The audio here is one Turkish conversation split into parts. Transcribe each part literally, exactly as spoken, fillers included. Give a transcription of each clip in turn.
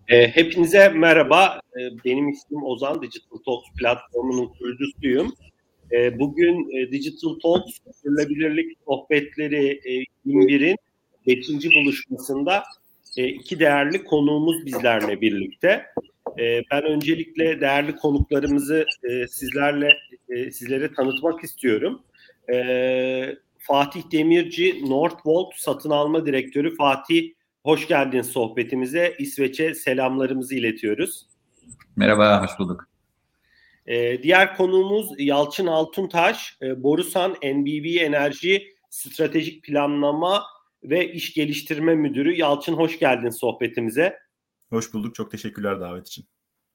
E, hepinize merhaba. E, benim ismim Ozan. Digital Talks platformunun kurucusuyum. E, bugün e, Digital Talks Sürdürülebilirlik Sohbetleri e, yirmi birin beşinci buluşmasında e, iki değerli konuğumuz bizlerle birlikte. E, ben öncelikle değerli konuklarımızı e, sizlerle e, sizlere tanıtmak istiyorum. E, Fatih Demirci, Northvolt Satın Alma Direktörü. Fatih, hoş geldin sohbetimize. İsveç'e selamlarımızı iletiyoruz. Merhaba, hoş bulduk. Ee, diğer konuğumuz Yalçın Altuntaş, e, Borusan N B V Enerji Stratejik Planlama ve İş Geliştirme Müdürü. Yalçın, hoş geldin sohbetimize. Hoş bulduk, çok teşekkürler davet için.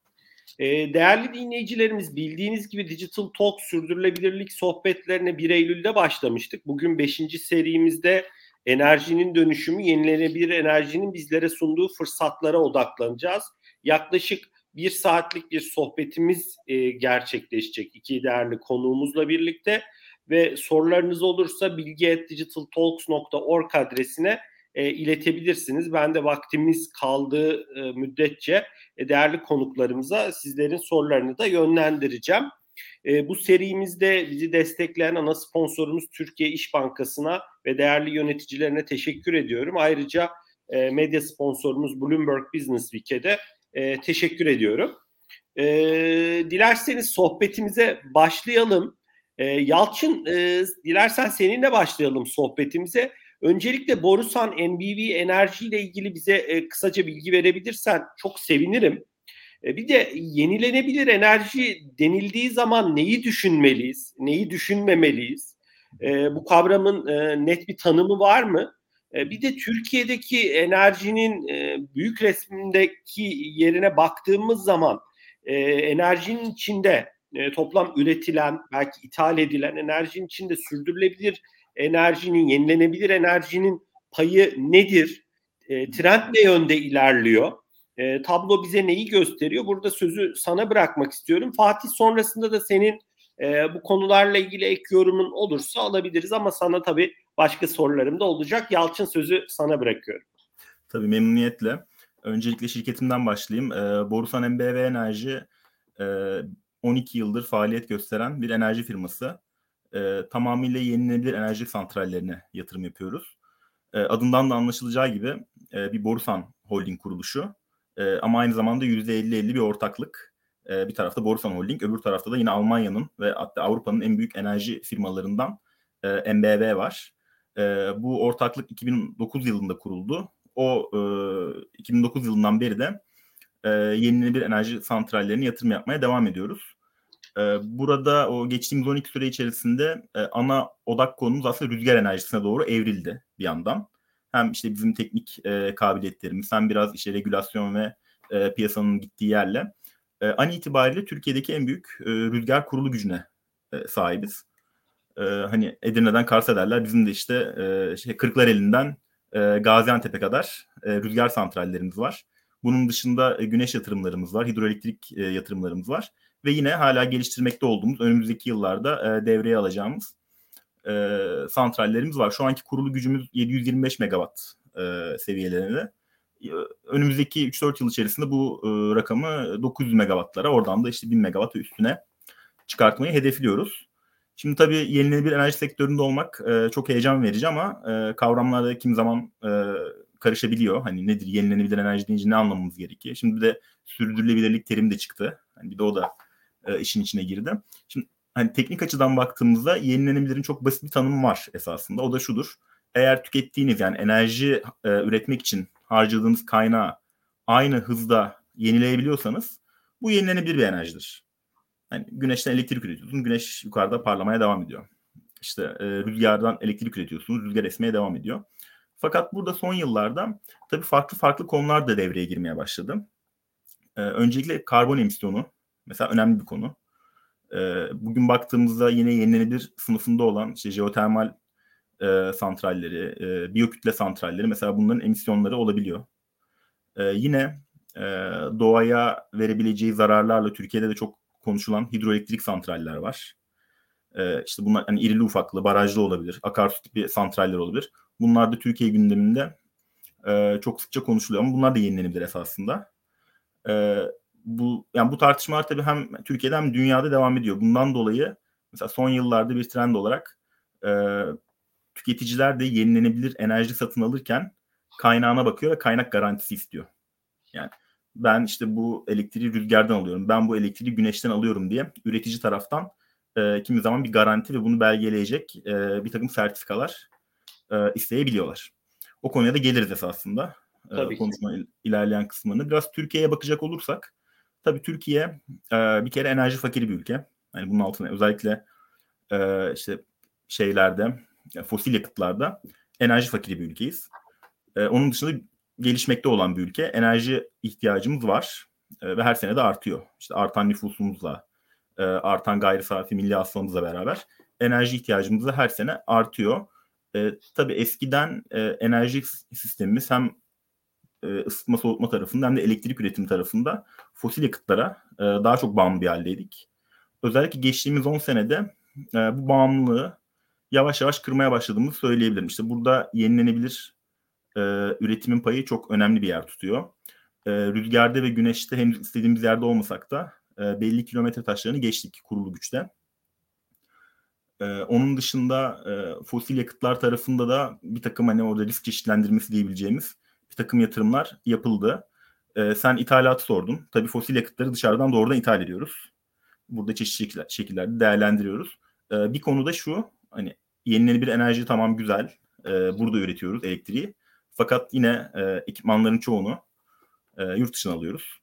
Ee, değerli dinleyicilerimiz, bildiğiniz gibi Digital Talk sürdürülebilirlik sohbetlerine bir Eylül'de başlamıştık. Bugün beşinci serimizde enerjinin dönüşümü, yenilenebilir enerjinin bizlere sunduğu fırsatlara odaklanacağız. Yaklaşık bir saatlik bir sohbetimiz e, gerçekleşecek iki değerli konuğumuzla birlikte ve sorularınız olursa bilgi at digital talks nokta org adresine e, iletebilirsiniz. Ben de vaktimiz kaldığı e, müddetçe e, değerli konuklarımıza sizlerin sorularını da yönlendireceğim. E, bu serimizde bizi destekleyen ana sponsorumuz Türkiye İş Bankası'na ve değerli yöneticilerine teşekkür ediyorum. Ayrıca e, medya sponsorumuz Bloomberg Business Week'e de e, teşekkür ediyorum. E, dilerseniz sohbetimize başlayalım. E, Yalçın, e, dilersen seninle başlayalım sohbetimize. Öncelikle Borusan N B V Enerji ile ilgili bize e, kısaca bilgi verebilirsen çok sevinirim. E, bir de yenilenebilir enerji denildiği zaman neyi düşünmeliyiz, neyi düşünmemeliyiz? E, bu kavramın e, net bir tanımı var mı? E, bir de Türkiye'deki enerjinin e, büyük resmindeki yerine baktığımız zaman e, enerjinin içinde e, toplam üretilen, belki ithal edilen enerjinin içinde sürdürülebilir enerjinin, yenilenebilir enerjinin payı nedir? E, trend ne yönde ilerliyor? E, tablo bize neyi gösteriyor? Burada sözü sana bırakmak istiyorum. Fatih, sonrasında da senin e, bu konularla ilgili ek yorumun olursa alabiliriz ama sana tabii başka sorularım da olacak. Yalçın, sözü sana bırakıyorum. Tabii, memnuniyetle. Öncelikle şirketimden başlayayım. E, Borusan N B V Enerji e, on iki yıldır faaliyet gösteren bir enerji firması. E, tamamıyla yenilenebilir enerji santrallerine yatırım yapıyoruz. E, adından da anlaşılacağı gibi e, bir Borusan Holding kuruluşu. E, ama aynı zamanda yüzde elli elli bir ortaklık. E, bir tarafta Borusan Holding, öbür tarafta da yine Almanya'nın ve hatta Avrupa'nın en büyük enerji firmalarından e, N B V var. E, bu ortaklık iki bin dokuz yılında kuruldu. O e, iki bin dokuz yılından beri de e, yenilenebilir enerji santrallerine yatırım yapmaya devam ediyoruz. E, burada o geçtiğimiz on iki süre içerisinde e, ana odak konumuz aslında rüzgar enerjisine doğru evrildi bir yandan. Hem işte bizim teknik e, kabiliyetlerimiz, hem biraz işte regülasyon ve e, piyasanın gittiği yerle e, an itibariyle Türkiye'deki en büyük e, rüzgar kurulu gücüne e, sahibiz. E, hani Edirne'den Kars'a derler, bizim de işte e, şey, Kırklareli'nden e, Gaziantep'e kadar e, rüzgar santrallerimiz var. Bunun dışında e, güneş yatırımlarımız var, hidroelektrik e, yatırımlarımız var ve yine hala geliştirmekte olduğumuz, önümüzdeki yıllarda e, devreye alacağımız e, santrallerimiz var. Şu anki kurulu gücümüz yedi yüz yirmi beş megawatt e, seviyelerinde. Önümüzdeki üç dört yıl içerisinde bu e, rakamı dokuz yüz megawattlara, oradan da işte bin megawatt üstüne çıkartmayı hedefliyoruz. Şimdi tabii yenilenebilir enerji sektöründe olmak e, çok heyecan verici ama e, kavramlar da kimi zaman e, karışabiliyor. Hani nedir yenilenebilir enerji deyince ne anlamamız gerekiyor? Şimdi bir de sürdürülebilirlik terimi de çıktı. Hani bir de o da e, işin içine girdi. Şimdi hani teknik açıdan baktığımızda yenilenebilirin çok basit bir tanımı var esasında. O da şudur: eğer tükettiğiniz, yani enerji e, üretmek için harcadığınız kaynağı aynı hızda yenileyebiliyorsanız bu yenilenebilir bir enerjidir. Yani güneşten elektrik üretiyorsunuz, güneş yukarıda parlamaya devam ediyor. İşte e, rüzgardan elektrik üretiyorsunuz, rüzgar esmeye devam ediyor. Fakat burada son yıllarda tabii farklı farklı konular da devreye girmeye başladı. E, öncelikle karbon emisyonu mesela önemli bir konu. E, bugün baktığımızda yine yenilenebilir sınıfında olan işte jeotermal e, santralleri, e, biyokütle santralleri, mesela bunların emisyonları olabiliyor. E, yine e, doğaya verebileceği zararlarla Türkiye'de de çok konuşulan hidroelektrik santraller var. Ee, işte bunlar hani irili ufaklı, barajlı olabilir, akarsu tipi santraller olabilir. Bunlar da Türkiye gündeminde e, çok sıkça konuşuluyor ama bunlar da yenilenebilir esasında. E, bu yani bu tartışmalar tabii hem Türkiye'de hem dünyada devam ediyor. Bundan dolayı mesela son yıllarda bir trend olarak e, tüketiciler de yenilenebilir enerji satın alırken kaynağına bakıyor ve kaynak garantisi istiyor. Yani ben işte bu elektriği rüzgardan alıyorum, ben bu elektriği güneşten alıyorum diye üretici taraftan e, kimi zaman bir garanti ve bunu belgeleyecek e, bir takım sertifikalar e, isteyebiliyorlar. O konuya da geliriz esasında. E, Tabii ki. konuşma il- ilerleyen kısmını. Biraz Türkiye'ye bakacak olursak, tabii Türkiye e, bir kere enerji fakiri bir ülke. Yani bunun altına özellikle e, işte şeylerde, yani fosil yakıtlarda enerji fakiri bir ülkeyiz. E, onun dışında gelişmekte olan bir ülke. Enerji ihtiyacımız var e, ve her sene de artıyor. İşte artan nüfusumuzla, e, artan gayri safi milli hasılamızla beraber enerji ihtiyacımız da her sene artıyor. E, tabii eskiden e, enerji sistemimiz hem e, ısıtma soğutma tarafında hem de elektrik üretimi tarafında fosil yakıtlara e, daha çok bağımlı bir haldeydik. Özellikle geçtiğimiz on senede e, bu bağımlılığı yavaş yavaş kırmaya başladığımızı söyleyebilirim. İşte burada yenilenebilir e, üretimin payı çok önemli bir yer tutuyor. E, rüzgarda ve güneşte henüz istediğimiz yerde olmasak da e, belli kilometre taşlarını geçtik kurulu güçte. E, onun dışında e, fosil yakıtlar tarafında da bir takım hani orada risk çeşitlendirmesi diyebileceğimiz bir takım yatırımlar yapıldı. E, sen ithalatı sordun. Tabii fosil yakıtları dışarıdan doğrudan ithal ediyoruz. Burada çeşitli şekillerde değerlendiriyoruz. E, bir konu da şu, hani yenilenebilir enerji tamam güzel, e, burada üretiyoruz elektriği. Fakat yine e, ekipmanların çoğunu e, yurt dışına alıyoruz.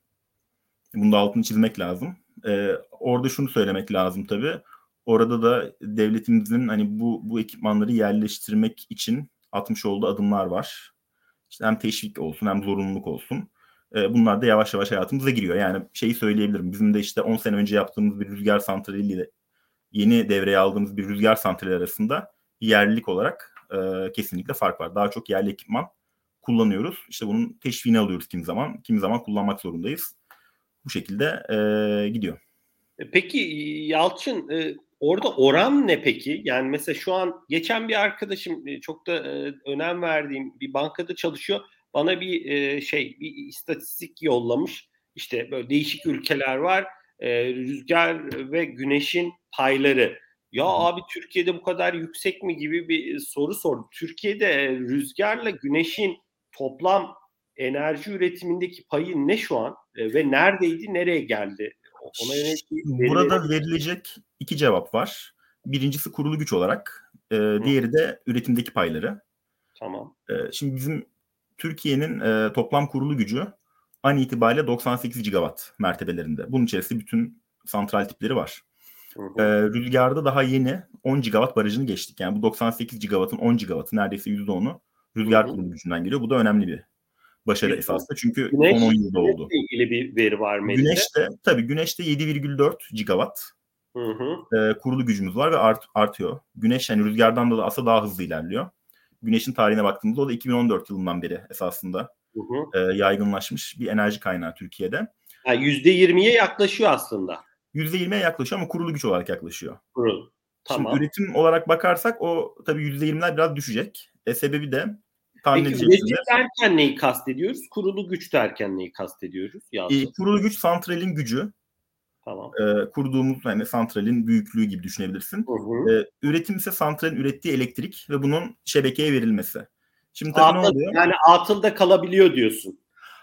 Bunun da altını çizmek lazım. E, orada şunu söylemek lazım tabii. Orada da devletimizin hani bu bu ekipmanları yerleştirmek için atmış olduğu adımlar var. İşte hem teşvik olsun hem zorunluluk olsun. E, bunlar da yavaş yavaş hayatımıza giriyor. Yani şeyi söyleyebilirim. Bizim de işte on sene önce yaptığımız bir rüzgar santraliyle yeni devreye aldığımız bir rüzgar santrali arasında yerlilik olarak e, kesinlikle fark var. Daha çok yerli ekipman kullanıyoruz. İşte bunun teşviğini alıyoruz kimi zaman. Kimi zaman kullanmak zorundayız. Bu şekilde e, gidiyor. Peki Yalçın, e, orada oran ne peki? Yani mesela şu an geçen bir arkadaşım, e, çok da e, önem verdiğim bir bankada çalışıyor. Bana bir e, şey, bir istatistik yollamış. İşte böyle değişik ülkeler var. E, rüzgar ve güneşin payları. Ya abi, Türkiye'de bu kadar yüksek mi gibi bir soru sordu. Türkiye'de e, rüzgarla güneşin toplam enerji üretimindeki payı ne şu an? E, ve neredeydi, nereye geldi? Ona yönelik bir verileri... Burada verilecek iki cevap var. Birincisi kurulu güç olarak, e, Hı, diğeri de üretimdeki payları. tamam. E, şimdi bizim Türkiye'nin e, toplam kurulu gücü an itibariyle doksan sekiz gigawatt mertebelerinde. Bunun içerisinde bütün santral tipleri var. Hı E, hı. rüzgarda daha yeni on gigawatt barajını geçtik. Yani bu doksan sekiz gigawattın on gigawattı, neredeyse yüzde onu Hı rüzgar hı. kurulu gücünden geliyor. Bu da önemli bir başarı Güzel. esasında. Çünkü son Güneş, on yılda oldu. güneşle ilgili bir veri var mı elinde? Güneşte tabii güneşte yedi virgül dört gigawatt Hı hı. e, kurulu gücümüz var ve art, artıyor. Güneş yani rüzgardan da aslında daha hızlı ilerliyor. Güneşin tarihine baktığımızda o da iki bin on dört yılından beri esasında Hı hı. e, yaygınlaşmış bir enerji kaynağı Türkiye'de. Ha, yüzde yirmiye yaklaşıyor aslında. yüzde yirmiye yaklaşıyor ama kurulu güç olarak yaklaşıyor. Kurul. Şimdi Tamam. üretim olarak bakarsak o tabii yüzde yirmiler biraz düşecek. E, sebebi de tahmin Peki üretim edeceksindir. derken neyi kastediyoruz? Kurulu güç derken neyi kastediyoruz E, Yalçın? kurulu güç santralin gücü. Tamam. E, kurduğumuz hani santralin büyüklüğü gibi düşünebilirsin. Hı E, hı. üretim ise santralin ürettiği elektrik ve bunun şebekeye verilmesi. Şimdi tabii ne Atıl, oluyor? yani atılda kalabiliyor diyorsun.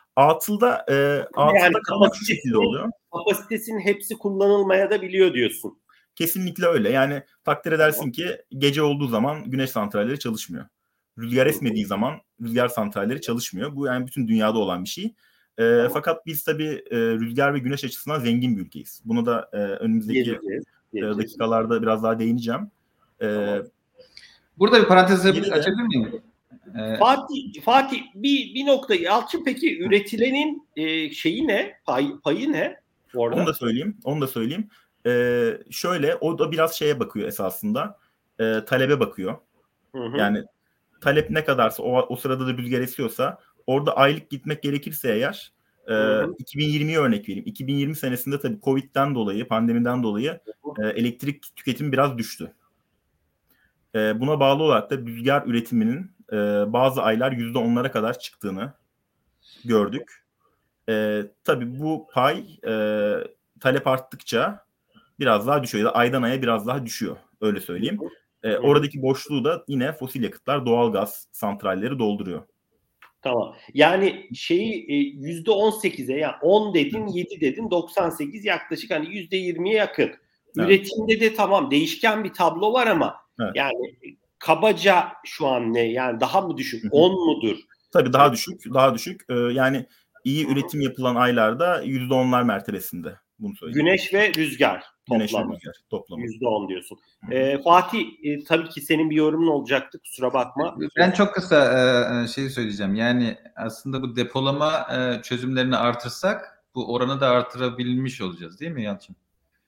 Atılda e, Yani atılda kalmak şu şekilde kapasitesinin, oluyor. kapasitesinin hepsi kullanılmaya da biliyor diyorsun. Kesinlikle öyle. Yani takdir Tamam. edersin ki gece olduğu zaman güneş santralleri çalışmıyor. Rüzgar Hı hı. esmediği zaman rüzgar santralleri çalışmıyor. Bu yani bütün dünyada olan bir şey. E, Tamam. fakat biz tabii e, rüzgar ve güneş açısından zengin bir ülkeyiz. Bunu da e, önümüzdeki Geleceğiz. e, Geleceğiz. dakikalarda biraz daha değineceğim. E, Tamam. Burada bir parantez bir de açabilir miyim? Ee, Fatih, Fatih bir, bir nokta. Yalçın, peki üretilenin e, şeyi ne? Pay, payı ne Onu da orada? söyleyeyim. Onu da söyleyeyim. Ee, şöyle o da biraz şeye bakıyor esasında. Ee, talebe bakıyor. Hı hı. Yani talep ne kadarsa o, o sırada da rüzgar esiyorsa orada aylık gitmek gerekirse eğer Hı e, hı. iki bin yirmiye örnek vereyim. iki bin yirmi senesinde tabii Covid'den dolayı, pandemiden dolayı e, elektrik tüketimi biraz düştü. E, buna bağlı olarak da rüzgar üretiminin e, bazı aylar yüzde onlara kadar çıktığını gördük. E, tabii bu pay e, talep arttıkça biraz daha düşüyor ya da aydan aya biraz daha düşüyor. Öyle söyleyeyim. E, oradaki boşluğu da yine fosil yakıtlar, doğalgaz santralleri dolduruyor. Tamam. Yani şeyi yüzde on sekize yani on dedin, yedi dedin, doksan sekiz yaklaşık hani yüzde yirmiye yakın. Evet. Üretimde de tamam değişken bir tablo var ama evet. Yani kabaca şu an ne? Yani daha mı düşük? Hı hı. on mudur? Tabii daha düşük, daha düşük. Ee, yani iyi üretim yapılan aylarda yüzde onlar mertebesinde. Bunu söyleyeyim. Güneş ve rüzgar Güneş toplamı. ve rüzgar toplamı. yüzde on diyorsun. Ee, Fatih e, tabii ki senin bir yorumun olacaktı. Kusura bakma. Ben çok kısa e, şey söyleyeceğim. Yani aslında bu depolama e, çözümlerini artırsak bu oranı da artırabilmiş olacağız değil mi Yalçın?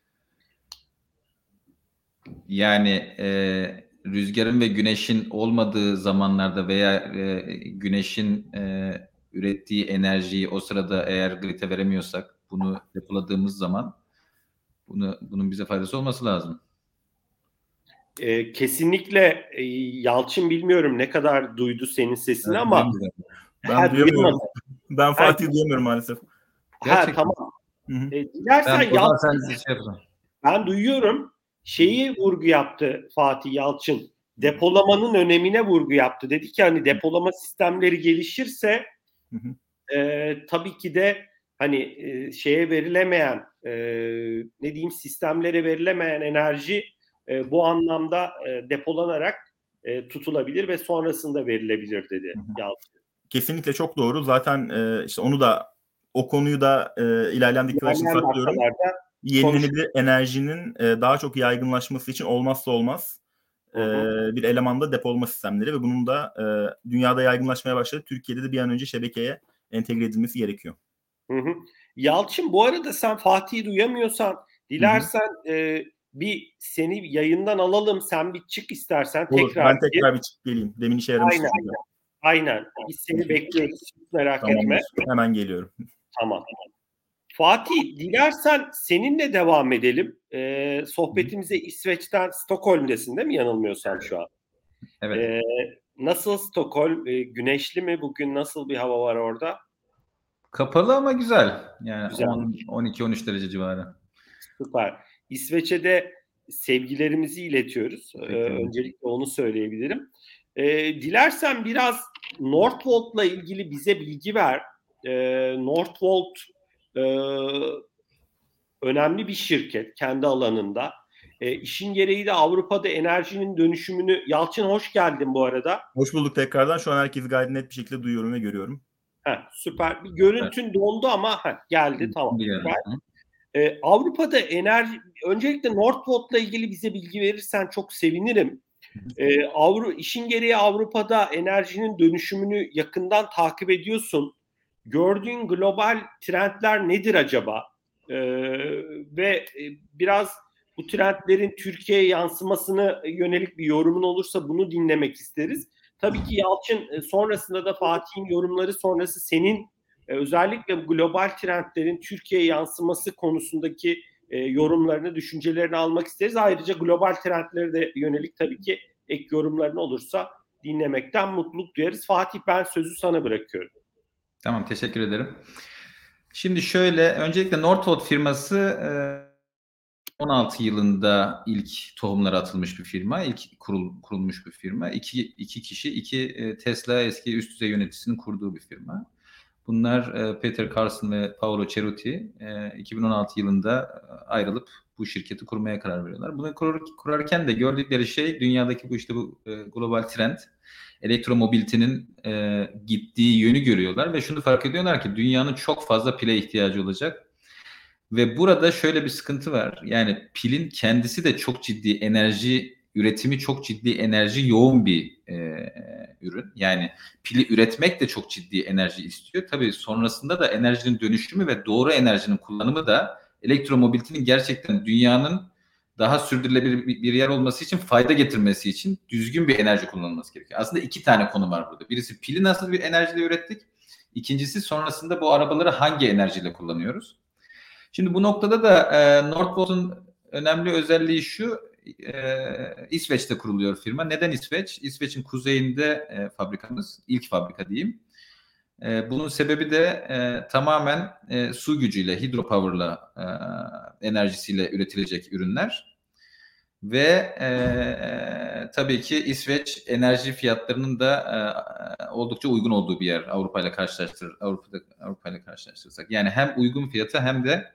Yani e, rüzgarın ve güneşin olmadığı zamanlarda veya e, güneşin e, ürettiği enerjiyi o sırada eğer grid'e veremiyorsak bunu depoladığımız zaman bunu bunun bize faydası olması lazım. E, kesinlikle e, Yalçın bilmiyorum ne kadar duydu senin sesini evet, ama ben duyamıyorum. Ben Fatih duyamıyorum maalesef. Ha tamam. E, dilersen ben, Yalçın, şey ben duyuyorum. Şeyi vurgu yaptı Fatih Yalçın. Depolamanın önemine vurgu yaptı. Dedi ki hani depolama sistemleri gelişirse hı hı. E, tabii ki de hani e, şeye verilemeyen e, ne diyeyim sistemlere verilemeyen enerji e, bu anlamda e, depolanarak e, tutulabilir ve sonrasında verilebilir dedi Yalçın. Kesinlikle çok doğru. Zaten e, işte onu da o konuyu da e, ilerleyen dakikalar için saklıyorum. Yenilenebilir enerjinin e, daha çok yaygınlaşması için olmazsa olmaz e, bir elemanda depolama sistemleri ve bunun da e, dünyada yaygınlaşmaya başladı. Türkiye'de de bir an önce şebekeye entegre edilmesi gerekiyor. Hı hı. Yalçın bu arada sen Fatih'i duyamıyorsan dilersen e, bir seni yayından alalım. Sen bir çık istersen. Olur, tekrar. Ben tekrar bir çık geleyim. Demin işe yaramıştı. Aynen. Aynen. Biz seni bekliyoruz. Merak Tamamdır. etme. Hemen geliyorum. Tamam. Fatih dilersen seninle devam edelim. Ee, sohbetimize İsveç'ten Stockholm'desin değil mi yanılmıyorsam şu an? Evet. Ee, nasıl Stockholm? Ee, güneşli mi? Bugün nasıl bir hava var orada? Kapalı ama güzel. Yani güzel. on iki on üç derece civarı. Süper. İsveç'e de sevgilerimizi iletiyoruz. Ee, öncelikle onu söyleyebilirim. Ee, dilersen biraz Northvolt'la ilgili bize bilgi ver. Ee, Northvolt e, önemli bir şirket kendi alanında. E, işin gereği de Avrupa'da enerjinin dönüşümünü... Yalçın hoş geldin bu arada. Hoş bulduk tekrardan. Şu an herkesi gayet net bir şekilde duyuyorum ve görüyorum. Heh, süper. Bir görüntün evet. dondu ama heh, geldi. Tamam. Süper. Ee, Avrupa'da enerji... Öncelikle Northvolt'la ilgili bize bilgi verirsen çok sevinirim. Ee, Avru, işin gereği Avrupa'da enerjinin dönüşümünü yakından takip ediyorsun. Gördüğün global trendler nedir acaba? Ee, ve biraz bu trendlerin Türkiye'ye yansımasını yönelik bir yorumun olursa bunu dinlemek isteriz. Tabii ki Yalçın sonrasında da Fatih'in yorumları sonrası senin özellikle global trendlerin Türkiye'ye yansıması konusundaki yorumlarını, düşüncelerini almak isteriz. Ayrıca global trendlere de yönelik tabii ki ek yorumların olursa dinlemekten mutluluk duyarız. Fatih ben sözü sana bırakıyorum. Tamam teşekkür ederim. Şimdi şöyle öncelikle Northvolt firması on altı yılında ilk tohumlara atılmış bir firma. İlk kurul, kurulmuş bir firma. İki, iki kişi, iki Tesla eski üst düzey yöneticisinin kurduğu bir firma. Bunlar Peter Carson ve Paolo Ceruti iki bin on altı yılında ayrılıp bu şirketi kurmaya karar veriyorlar. Bunu kur, kurarken de gördükleri şey dünyadaki bu işte bu global trend elektromobilitenin e, gittiği yönü görüyorlar ve şunu fark ediyorlar ki dünyanın çok fazla pile ihtiyacı olacak. Ve burada şöyle bir sıkıntı var. Yani pilin kendisi de çok ciddi enerji üretimi çok ciddi enerji yoğun bir e, ürün. Yani pili üretmek de çok ciddi enerji istiyor. Tabii sonrasında da enerjinin dönüşümü ve doğru enerjinin kullanımı da elektromobilitenin gerçekten dünyanın daha sürdürülebilir bir yer olması için, fayda getirmesi için düzgün bir enerji kullanılması gerekiyor. Aslında iki tane konu var burada. Birisi pili nasıl bir enerjiyle ürettik? İkincisi sonrasında bu arabaları hangi enerjiyle kullanıyoruz? Şimdi bu noktada da e, Northvolt'un önemli özelliği şu, e, İsveç'te kuruluyor firma. Neden İsveç? İsveç'in kuzeyinde e, fabrikamız, ilk fabrika diyeyim. E, bunun sebebi de e, tamamen e, su gücüyle, hidropower'la e, enerjisiyle üretilecek ürünler. Ve e, e, tabii ki İsveç enerji fiyatlarının da e, oldukça uygun olduğu bir yer Avrupa ile karşılaştırır Avrupa'da Avrupa ile karşılaştırırsak. Yani hem uygun fiyatı hem de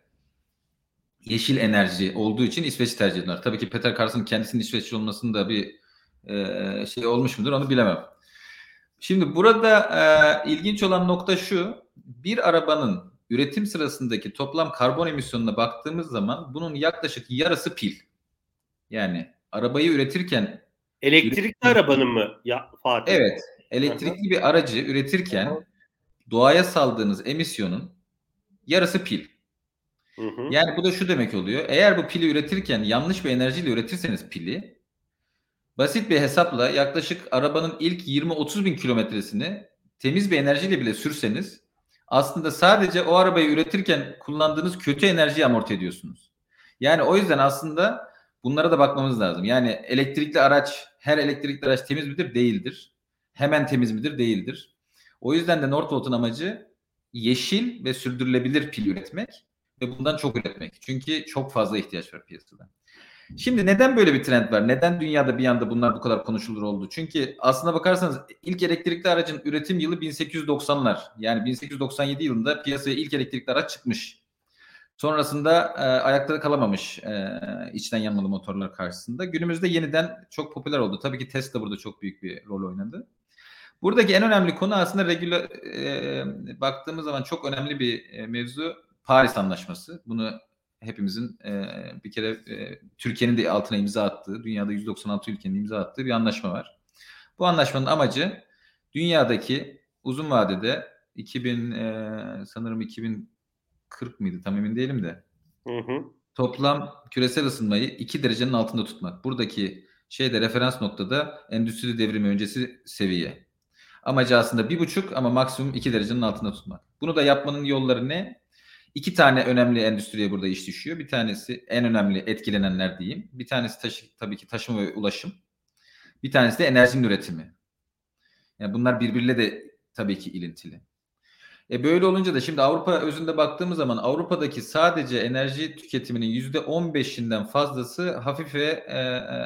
yeşil enerji olduğu için İsveç'i tercih ediyorlar. Tabii ki Peter Carlson'ın kendisinin İsveçli olmasının da bir e, şey olmuş mudur onu bilemem. Şimdi burada e, ilginç olan nokta şu. Bir arabanın üretim sırasındaki toplam karbon emisyonuna baktığımız zaman bunun yaklaşık yarısı pil. Yani arabayı üretirken Elektrikli arabanın mı ya Fatih? Evet, elektrikli bir aracı üretirken Hı-hı. doğaya saldığınız emisyonun yarısı pil. Hı-hı. Yani bu da şu demek oluyor. Eğer bu pili üretirken yanlış bir enerjiyle üretirseniz pili, basit bir hesapla yaklaşık arabanın ilk yirmi otuz bin kilometresini temiz bir enerjiyle bile sürseniz aslında sadece o arabayı üretirken kullandığınız kötü enerjiyi amorti ediyorsunuz. Yani o yüzden aslında bunlara da bakmamız lazım. Yani elektrikli araç, her elektrikli araç temiz midir? Değildir. Hemen temiz midir? Değildir. O yüzden de Northvolt'un amacı yeşil ve sürdürülebilir pil üretmek ve bundan çok üretmek. Çünkü çok fazla ihtiyaç var piyasada. Şimdi neden böyle bir trend var? Neden dünyada bir anda bunlar bu kadar konuşulur oldu? Çünkü aslına bakarsanız ilk elektrikli aracın üretim yılı bin sekiz yüz doksanlar. Yani bin sekiz yüz doksan yedi yılında piyasaya ilk elektrikli araç çıkmış. Sonrasında e, ayakta kalamamış e, içten yanmalı motorlar karşısında. Günümüzde yeniden çok popüler oldu. Tabii ki Tesla burada çok büyük bir rol oynadı. Buradaki en önemli konu aslında regüle, e, baktığımız zaman çok önemli bir e, mevzu Paris Anlaşması. Bunu hepimizin e, bir kere e, Türkiye'nin de altına imza attığı, dünyada yüz doksan altı ülkenin imza attığı bir anlaşma var. Bu anlaşmanın amacı dünyadaki uzun vadede iki bin e, sanırım iki bin kırk mıydı tam emin değilim de Hı hı. toplam küresel ısınmayı iki derecenin altında tutmak. Buradaki şeyde referans noktada endüstri devrimi öncesi seviye. Amacı aslında bir buçuk ama maksimum iki derecenin altında tutmak. Bunu da yapmanın yolları ne? İki tane önemli endüstriye burada iş düşüyor. Bir tanesi en önemli etkilenenler diyeyim. Bir tanesi taşı, tabii ki taşıma ve ulaşım. Bir tanesi de enerjinin üretimi. Yani bunlar birbiriyle de tabii ki ilintili. E böyle olunca da şimdi Avrupa özünde baktığımız zaman Avrupa'daki sadece enerji tüketiminin yüzde on beşinden fazlası hafif ve e, e,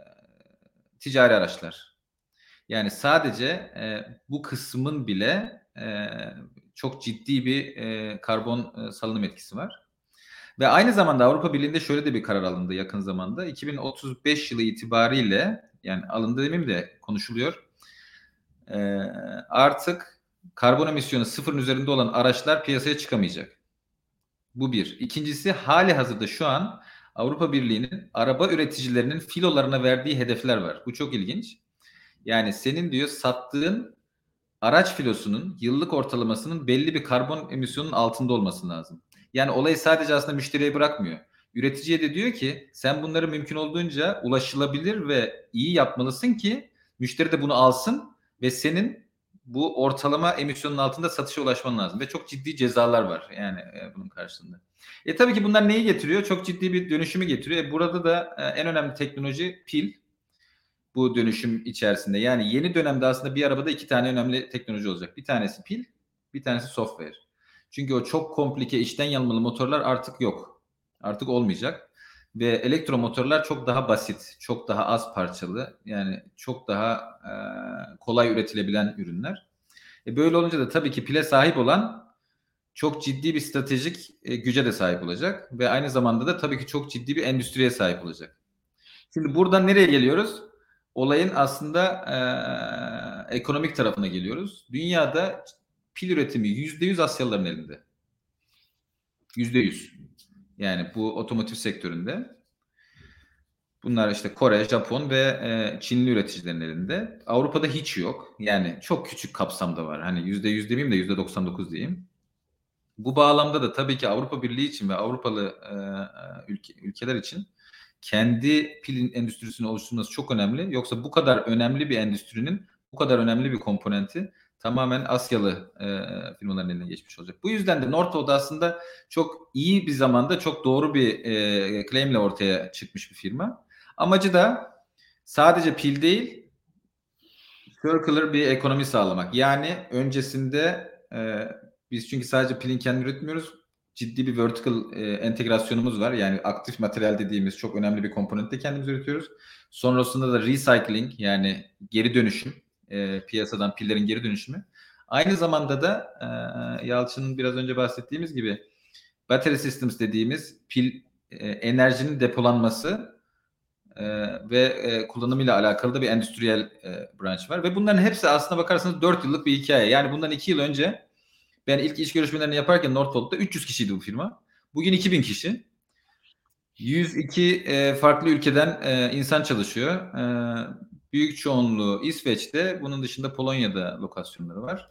ticari araçlar. Yani sadece e, bu kısmın bile e, çok ciddi bir e, karbon e, salınım etkisi var. Ve aynı zamanda Avrupa Birliği'nde şöyle de bir karar alındı yakın zamanda. iki bin otuz beş yılı itibariyle yani alındı demeyeyim de konuşuluyor. E, artık karbon emisyonu sıfırın üzerinde olan araçlar piyasaya çıkamayacak. Bu bir. İkincisi hali hazırda şu an Avrupa Birliği'nin araba üreticilerinin filolarına verdiği hedefler var. Bu çok ilginç. Yani senin diyor sattığın araç filosunun yıllık ortalamasının belli bir karbon emisyonunun altında olması lazım. Yani olayı sadece aslında müşteriye bırakmıyor. Üreticiye de diyor ki sen bunları mümkün olduğunca ulaşılabilir ve iyi yapmalısın ki müşteri de bunu alsın ve senin bu ortalama emisyonun altında satışa ulaşman lazım. Ve çok ciddi cezalar var yani e, bunun karşılığında. E tabii ki bunlar neyi getiriyor? Çok ciddi bir dönüşümü getiriyor. E, burada da e, en önemli teknoloji pil. Bu dönüşüm içerisinde. Yani yeni dönemde aslında bir arabada iki tane önemli teknoloji olacak. Bir tanesi pil, bir tanesi software. Çünkü o çok komplike içten yanmalı motorlar artık yok. Artık olmayacak. Ve elektromotorlar çok daha basit, çok daha az parçalı. Yani çok daha e, kolay üretilebilen ürünler. E böyle olunca da tabii ki pile sahip olan çok ciddi bir stratejik e, güce de sahip olacak. Ve aynı zamanda da tabii ki çok ciddi bir endüstriye sahip olacak. Şimdi buradan nereye geliyoruz? Olayın aslında e, ekonomik tarafına geliyoruz. Dünyada pil üretimi yüzde yüz Asyalıların elinde. yüzde yüz. Yani bu otomotiv sektöründe. Bunlar işte Kore, Japon ve e, Çinli üreticilerin elinde. Avrupa'da hiç yok. Yani çok küçük kapsamda var. Hani yüzde yüz demeyeyim de yüzde doksan dokuz diyeyim. Bu bağlamda da tabii ki Avrupa Birliği için ve Avrupalı e, ülke, ülkeler için kendi pil endüstrisini oluşturması çok önemli. Yoksa bu kadar önemli bir endüstrinin bu kadar önemli bir komponenti tamamen Asyalı e, firmaların eline geçmiş olacak. Bu yüzden de Northvolt aslında çok iyi bir zamanda çok doğru bir e, claimle ortaya çıkmış bir firma. Amacı da sadece pil değil, circular bir ekonomi sağlamak. Yani öncesinde E, biz çünkü sadece pilin kendini üretmiyoruz. Ciddi bir vertical e, entegrasyonumuz var. Yani aktif materyal dediğimiz çok önemli bir komponent de kendimiz üretiyoruz. Sonrasında da recycling, yani geri dönüşüm, e, piyasadan pillerin geri dönüşümü. Aynı zamanda da e, Yalçın'ın biraz önce bahsettiğimiz gibi battery systems dediğimiz pil e, enerjinin depolanması e, ve e, kullanımıyla alakalı da bir endüstriyel e, branş var. Ve bunların hepsi aslına bakarsanız dört yıllık bir hikaye. Yani bundan iki yıl önce ben ilk iş görüşmelerini yaparken Northvolt'ta üç yüz kişiydi bu firma. Bugün iki bin kişi. yüz iki e, farklı ülkeden e, insan çalışıyor. E, büyük çoğunluğu İsveç'te, bunun dışında Polonya'da lokasyonları var.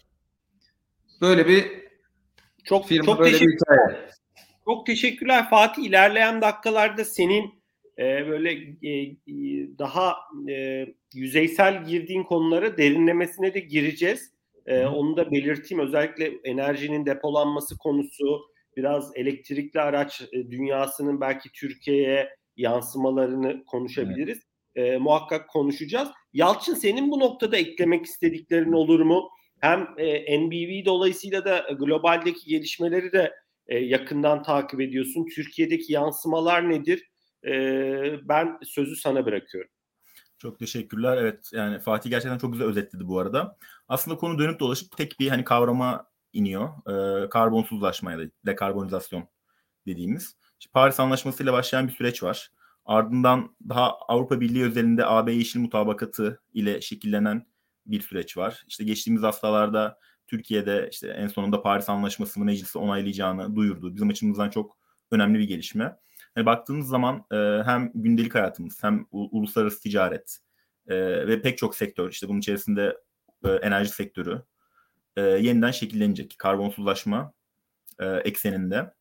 Böyle bir Çok firma, çok böyle bir teşekkür hikaye. Çok teşekkürler Fatih. İlerleyen dakikalarda senin e, böyle e, daha e, yüzeysel girdiğin konulara derinlemesine de gireceğiz. E, onu da belirteyim. Özellikle enerjinin depolanması konusu, biraz elektrikli araç e, dünyasının belki Türkiye'ye yansımalarını konuşabiliriz. Evet. E, muhakkak konuşacağız. Yalçın, senin bu noktada eklemek istediklerin olur mu? Hem e, N B V dolayısıyla da globaldeki gelişmeleri de e, yakından takip ediyorsun. Türkiye'deki yansımalar nedir? E, ben sözü sana bırakıyorum. Çok teşekkürler. Evet, yani Fatih gerçekten çok güzel özetledi bu arada. Aslında konu dönüp dolaşıp tek bir hani kavrama iniyor. E, karbonsuzlaşma ya da dekarbonizasyon dediğimiz. İşte Paris Anlaşması ile başlayan bir süreç var. Ardından daha Avrupa Birliği özelinde A B Yeşil Mutabakatı ile şekillenen bir süreç var. İşte geçtiğimiz haftalarda Türkiye'de işte en sonunda Paris Anlaşması'nı mecliste onaylayacağını duyurdu. Bizim açımızdan çok önemli bir gelişme. Yani baktığınız zaman e, hem gündelik hayatımız hem u- uluslararası ticaret e, ve pek çok sektör, işte bunun içerisinde e, enerji sektörü e, yeniden şekillenecek karbonsuzlaşma e, ekseninde.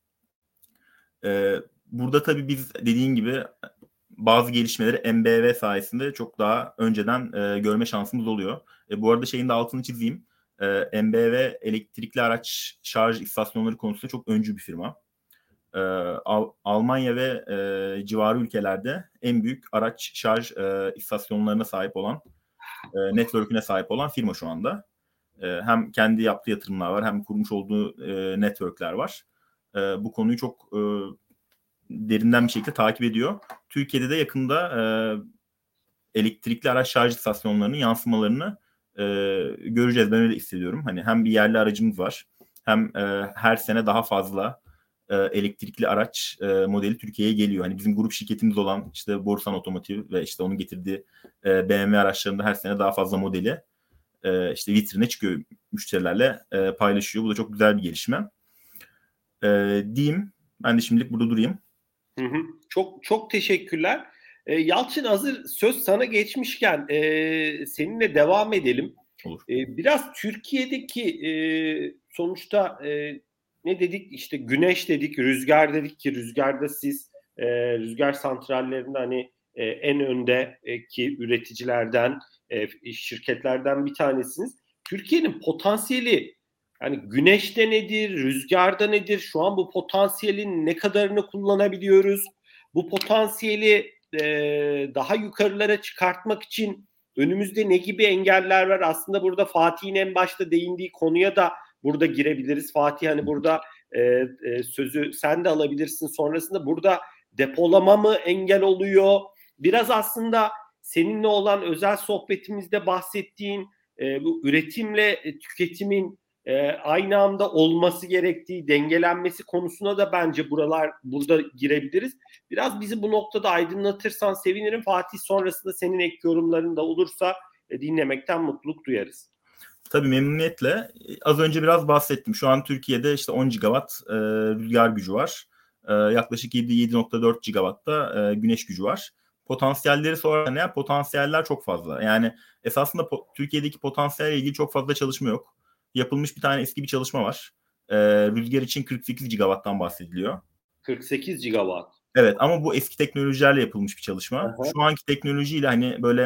E, burada tabii biz dediğin gibi bazı gelişmeleri M B V sayesinde çok daha önceden e, görme şansımız oluyor. E, bu arada şeyin de altını çizeyim. E, M B V elektrikli araç şarj istasyonları konusunda çok öncü bir firma. E, Al- Almanya ve e, civarı ülkelerde en büyük araç şarj e, istasyonlarına sahip olan, e, network'üne sahip olan firma şu anda. E, hem kendi yaptığı yatırımlar var, hem kurmuş olduğu e, network'ler var. E, bu konuyu çok e, derinden bir şekilde takip ediyor. Türkiye'de de yakında e, elektrikli araç şarj istasyonlarının yansımalarını e, göreceğiz. Ben öyle hissediyorum. Hani hem bir yerli aracımız var, hem e, her sene daha fazla e, elektrikli araç e, modeli Türkiye'ye geliyor. Hani bizim grup şirketimiz olan işte Borusan Otomotiv ve işte onun getirdiği e, B M W araçlarında her sene daha fazla modeli e, işte vitrine çıkıyor, müşterilerle e, paylaşıyor. Bu da çok güzel bir gelişme. E, diyeyim. Ben de şimdilik burada durayım. Hı hı. Çok çok teşekkürler. E, Yalçın, hazır söz sana geçmişken e, seninle devam edelim. Olur. E, biraz Türkiye'deki e, sonuçta e, ne dedik? İşte güneş dedik, rüzgar dedik ki rüzgarda siz e, rüzgar santrallerinde hani e, en öndeki üreticilerden, e, şirketlerden bir tanesiniz. Türkiye'nin potansiyeli, yani güneşte nedir, rüzgarda nedir? Şu an bu potansiyelin ne kadarını kullanabiliyoruz? Bu potansiyeli e, daha yukarılara çıkartmak için önümüzde ne gibi engeller var? Aslında burada Fatih'in en başta değindiği konuya da burada girebiliriz. Fatih, hani burada e, e, sözü sen de alabilirsin. Sonrasında burada depolama mı engel oluyor? Biraz aslında seninle olan özel sohbetimizde bahsettiğin e, bu üretimle e, tüketimin e, aynı anda olması gerektiği, dengelenmesi konusuna da bence buralar burada girebiliriz. Biraz bizi bu noktada aydınlatırsan sevinirim. Fatih, sonrasında senin ek yorumların da olursa e, dinlemekten mutluluk duyarız. Tabii, memnuniyetle. Az önce biraz bahsettim. Şu an Türkiye'de işte on gigawatt e, rüzgar gücü var. E, yaklaşık yedi nokta dört gigawatt da e, güneş gücü var. Potansiyelleri sorarsan eğer, potansiyeller çok fazla. Yani esasında po- Türkiye'deki potansiyelle ilgili çok fazla çalışma yok. Yapılmış bir tane eski bir çalışma var. E, rüzgar için kırk sekiz gigawatttan bahsediliyor. kırk sekiz gigawatt. Evet, ama bu eski teknolojilerle yapılmış bir çalışma. Aha. Şu anki teknolojiyle hani böyle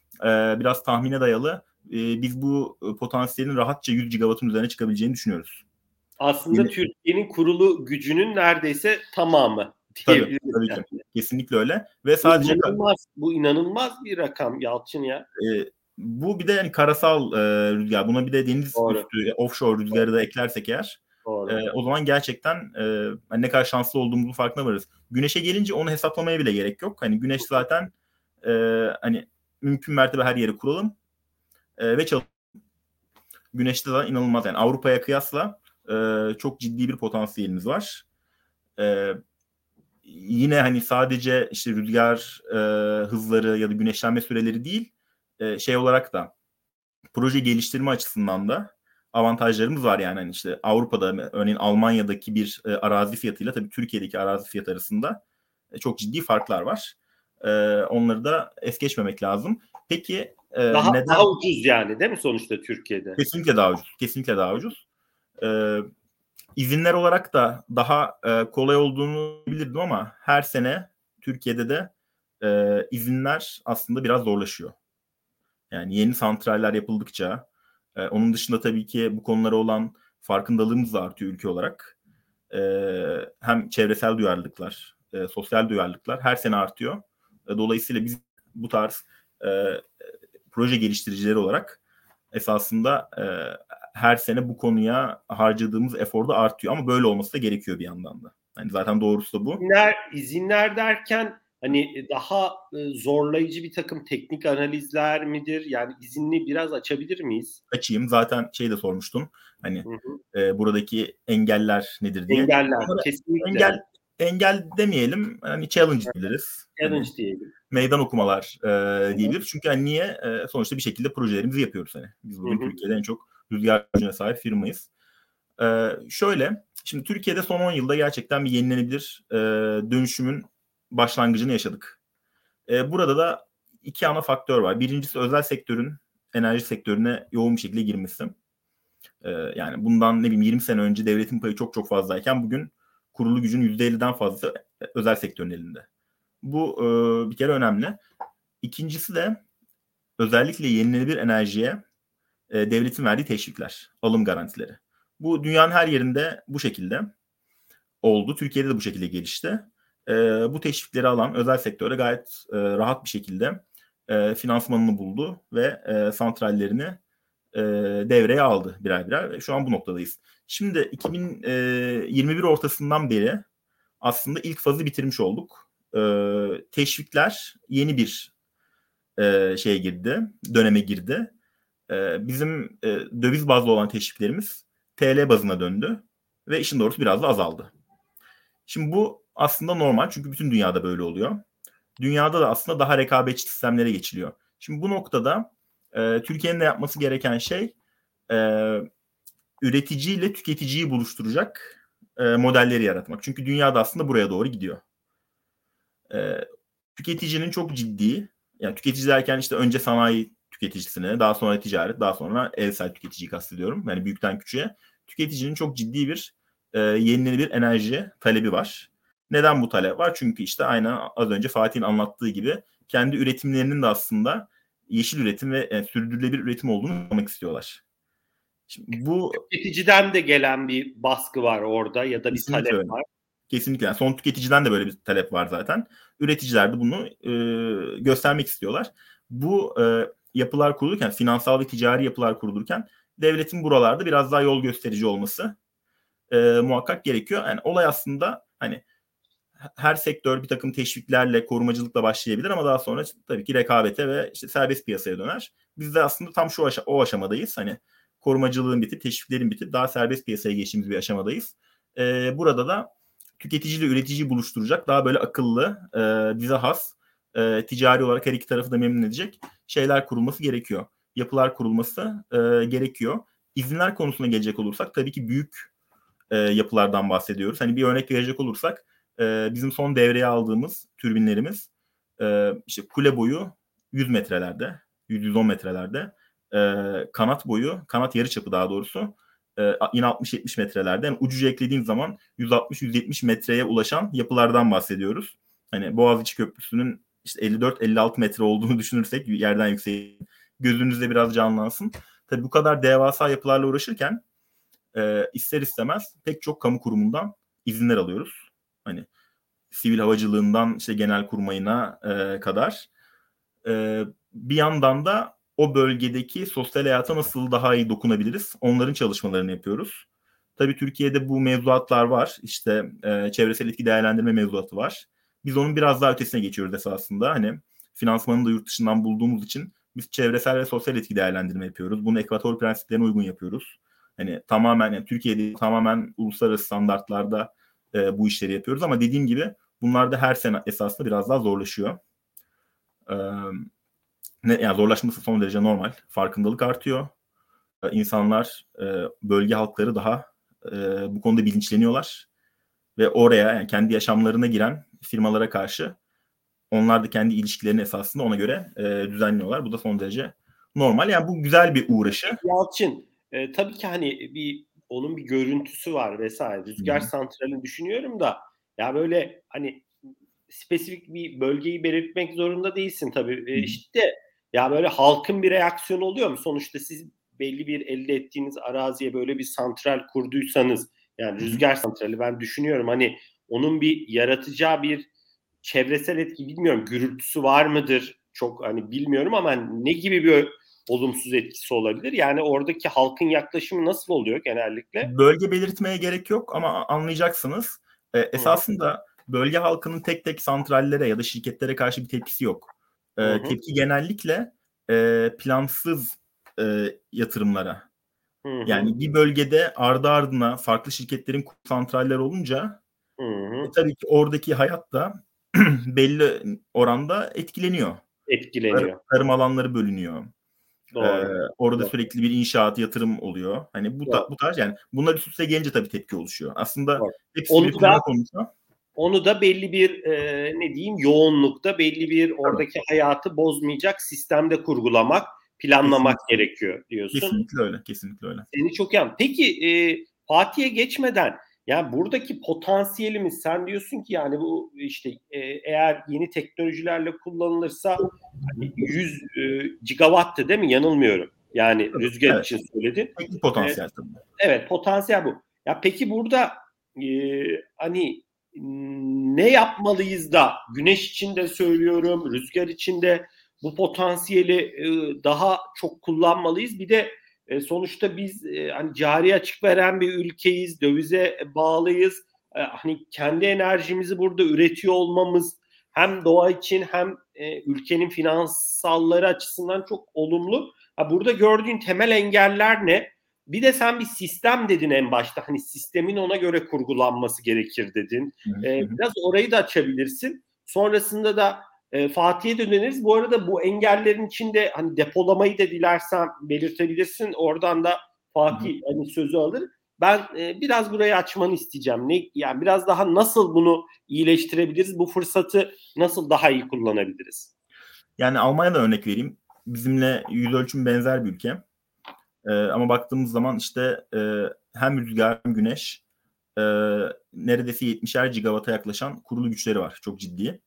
e, biraz tahmine dayalı e, biz bu potansiyelin rahatça yüz gigawattın üzerine çıkabileceğini düşünüyoruz. Aslında Yine... Türkiye'nin kurulu gücünün neredeyse tamamı diyebiliriz. Tabii, tabii yani. ki. Kesinlikle öyle. Ve sadece bu inanılmaz, bu inanılmaz bir rakam Yalçın ya. E, bu bir de yani karasal e, rüzgar. Buna bir de deniz Doğru. üstü offshore rüzgarı da eklersek eğer Doğru. e, o zaman gerçekten e, hani ne kadar şanslı olduğumuzun farkına varırız. Güneşe gelince onu hesaplamaya bile gerek yok. Hani güneş zaten e, hani mümkün mertebe her yere kuralım e, ve çalışalım. Güneşte de inanılmaz yani Avrupa'ya kıyasla e, çok ciddi bir potansiyelimiz var. E, yine hani sadece işte rüzgar e, hızları ya da güneşlenme süreleri değil e, şey olarak da proje geliştirme açısından da avantajlarımız var yani hani işte Avrupa'da örneğin Almanya'daki bir e, arazi fiyatıyla tabii Türkiye'deki arazi fiyatı arasında e, çok ciddi farklar var. E, onları da es geçmemek lazım. Peki e, Daha neden? daha ucuz yani değil mi sonuçta Türkiye'de? Kesinlikle daha ucuz. Kesinlikle daha ucuz. E, izinler olarak da daha e, kolay olduğunu bilirdim ama her sene Türkiye'de de e, izinler aslında biraz zorlaşıyor. Yani yeni santraller yapıldıkça e, onun dışında tabii ki bu konulara olan farkındalığımız da artıyor ülke olarak. E, hem çevresel duyarlılıklar, e, sosyal duyarlılıklar her sene artıyor. E, dolayısıyla biz bu tarz e, proje geliştiricileri olarak esasında e, her sene bu konuya harcadığımız efor da artıyor. Ama böyle olması da gerekiyor bir yandan da. Yani zaten doğrusu da bu. İzinler, izinler derken hani daha e, zorlayıcı bir takım teknik analizler midir? Yani izinli biraz açabilir miyiz? Açayım. Zaten şey de sormuştun. Hani Hı hı. e, buradaki engeller nedir diye. Engeller Onlara kesinlikle. engel engel demeyelim. Hani challenge biliriz. Challenge Hani diyelim. meydan okumalar e, Hı diyebiliriz. Çünkü hani niye? E, sonuçta bir şekilde projelerimizi yapıyoruz hani. Biz bugün hı. Türkiye'de en çok rüzgar gücüne sahip firmayız. E, şöyle, şimdi Türkiye'de son on yılda gerçekten bir yenilenebilir e, dönüşümün başlangıcını yaşadık. E, burada da iki ana faktör var. Birincisi özel sektörün enerji sektörüne yoğun bir şekilde girmesi. E, yani bundan ne bileyim yirmi sene önce devletin payı çok çok fazlayken bugün kurulu gücün yüzde elliden fazlası özel sektörün elinde. Bu e, bir kere önemli. İkincisi de özellikle yenilenebilir enerjiye e, devletin verdiği teşvikler, alım garantileri. Bu dünyanın her yerinde bu şekilde oldu. Türkiye'de de bu şekilde gelişti. E, bu teşvikleri alan özel sektöre gayet e, rahat bir şekilde e, finansmanını buldu ve e, santrallerini e, devreye aldı birer birer ve şu an bu noktadayız. Şimdi iki bin yirmi bir ortasından beri aslında ilk fazı bitirmiş olduk. E, teşvikler yeni bir e, şeye girdi, döneme girdi. E, bizim e, döviz bazlı olan teşviklerimiz T L bazına döndü ve işin doğrusu biraz da azaldı. Şimdi bu aslında normal çünkü bütün dünyada böyle oluyor. Dünyada da aslında daha rekabetçi sistemlere geçiliyor. Şimdi bu noktada e, Türkiye'nin de yapması gereken şey e, üreticiyle tüketiciyi buluşturacak e, modelleri yaratmak. Çünkü dünyada aslında buraya doğru gidiyor. E, tüketicinin çok ciddi, yani tüketici derken işte önce sanayi tüketicisine, daha sonra ticaret, daha sonra evsel tüketiciyi kastediyorum. Yani büyükten küçüğe. Tüketicinin çok ciddi bir e, yenilenebilir enerji talebi var. Neden bu talep var? Çünkü işte aynen az önce Fatih'in anlattığı gibi kendi üretimlerinin de aslında yeşil üretim ve yani sürdürülebilir üretim olduğunu anlamak istiyorlar. Şimdi bu Tüketiciden de gelen bir baskı var orada ya da bir kesinlikle talep öyle. var. Kesinlikle. Yani son tüketiciden de böyle bir talep var zaten. Üreticiler de bunu e, göstermek istiyorlar. Bu e, yapılar kurulurken, finansal ve ticari yapılar kurulurken devletin buralarda biraz daha yol gösterici olması e, muhakkak gerekiyor. Yani olay aslında hani her sektör bir takım teşviklerle, korumacılıkla başlayabilir ama daha sonra tabii ki rekabete ve işte serbest piyasaya döner. Biz de aslında tam şu aşa- o aşamadayız. Hani korumacılığın bitip, teşviklerin bitip daha serbest piyasaya geçtiğimiz bir aşamadayız. Ee, burada da tüketici ile üreticiyi buluşturacak daha böyle akıllı, e, bize has, e, ticari olarak her iki tarafı da memnun edecek şeyler kurulması gerekiyor. Yapılar kurulması e, gerekiyor. İzinler konusuna gelecek olursak tabii ki büyük e, yapılardan bahsediyoruz. Hani bir örnek verecek olursak e, bizim son devreye aldığımız türbinlerimiz e, işte kule boyu yüz metrelerde, yüz yüz on metrelerde, e, kanat boyu, kanat yarıçapı daha doğrusu e, yine altmış yetmiş metrelerde. Yani ucuca eklediğin zaman yüz altmış yüz yetmiş metreye ulaşan yapılardan bahsediyoruz. Hani Boğaziçi Köprüsü'nün işte elli dört elli altı metre olduğunu düşünürsek yerden yüksek gözünüzde biraz canlansın. Tabii bu kadar devasa yapılarla uğraşırken e, ister istemez pek çok kamu kurumundan izinler alıyoruz. Hani sivil havacılığından işte genel kurmayına e, kadar. E, bir yandan da o bölgedeki sosyal hayata nasıl daha iyi dokunabiliriz? Onların çalışmalarını yapıyoruz. Tabii Türkiye'de bu mevzuatlar var. İşte e, çevresel etki değerlendirme mevzuatı var. Biz onun biraz daha ötesine geçiyoruz esasında. Hani finansmanını da yurt dışından bulduğumuz için biz çevresel ve sosyal etki değerlendirme yapıyoruz. Bunu Ekvator prensiplerine uygun yapıyoruz. Hani tamamen yani Türkiye'de tamamen uluslararası standartlarda e, bu işleri yapıyoruz ama dediğim gibi bunlar da her sene esasında biraz daha zorlaşıyor. Ee, ne, yani zorlaşması son derece normal. Farkındalık artıyor. Ee, insanlar, e, bölge halkları daha e, bu konuda bilinçleniyorlar ve oraya yani kendi yaşamlarına giren firmalara karşı onlar da kendi ilişkilerini esasında ona göre e, düzenliyorlar. Bu da son derece normal. Yani bu güzel bir uğraşı. Yalçın, e, tabii ki hani bir onun bir görüntüsü var vesaire. Rüzgar Hı-hı. santralini düşünüyorum da ya böyle hani spesifik bir bölgeyi belirtmek zorunda değilsin tabii. E, işte ya böyle halkın bir reaksiyonu oluyor mu? Sonuçta siz belli bir elde ettiğiniz araziye böyle bir santral kurduysanız yani rüzgar santrali ben düşünüyorum hani onun bir yaratacağı bir çevresel etki bilmiyorum gürültüsü var mıdır? Çok hani bilmiyorum ama ne gibi bir olumsuz etkisi olabilir? Yani oradaki halkın yaklaşımı nasıl oluyor genellikle? Bölge belirtmeye gerek yok ama anlayacaksınız. E, esasında bölge halkının tek tek santrallere ya da şirketlere karşı bir tepkisi yok. E, Hı hı. tepki genellikle e, plansız e, yatırımlara. Hı hı. Yani bir bölgede ardı ardına farklı şirketlerin santraller olunca Hı hı. e, tabii ki oradaki hayat da belli oranda etkileniyor. Etkileniyor. Tarım alanları bölünüyor. Ee, Doğru. orada Doğru. sürekli bir inşaat yatırım oluyor. Hani bu ta, bu tarz yani bunlar üst üste gelince tabii tepki oluşuyor. Aslında Doğru. hepsi Onu bir da plana konulsa. onu da belli bir e, ne diyeyim yoğunlukta belli bir Tabii. oradaki hayatı bozmayacak sistemde kurgulamak, planlamak Kesinlikle. gerekiyor diyorsun. Kesinlikle öyle. Kesinlikle öyle. Seni çok iyi anladım. Peki e, Fatih'e geçmeden yani buradaki potansiyelimiz sen diyorsun ki yani bu işte e, eğer yeni teknolojilerle kullanılırsa hani yüz e, gigawattı değil mi? Yanılmıyorum. Yani Tabii. rüzgar Evet. için söyledin. Teknik E, potansiyel tabii. evet potansiyel bu. Ya peki burada e, hani ne yapmalıyız da güneş için de söylüyorum, rüzgar için de bu potansiyeli e, daha çok kullanmalıyız. Bir de e, sonuçta biz e, hani cari açık veren bir ülkeyiz, dövize bağlıyız. E, hani kendi enerjimizi burada üretiyor olmamız hem doğa için hem e, ülkenin finansalları açısından çok olumlu. Ha, burada gördüğün temel engeller ne? Bir de sen bir sistem dedin en başta. Hani sistemin ona göre kurgulanması gerekir dedin. Hı E, hı. biraz orayı da açabilirsin. Sonrasında da e, Fatih'e de döneriz. Bu arada bu engellerin içinde hani depolamayı da dilersen belirtebilirsin. Oradan da Fatih hani sözü alır. Ben e, biraz burayı açmanı isteyeceğim. Ne yani biraz daha nasıl bunu iyileştirebiliriz? Bu fırsatı nasıl daha iyi kullanabiliriz? Yani Almanya'da örnek vereyim. Bizimle yüz ölçüm benzer bir ülke. Ee, ama baktığımız zaman işte e, hem rüzgar hem güneş e, neredeyse yetmişer gigawata yaklaşan kurulu güçleri var. Çok ciddi.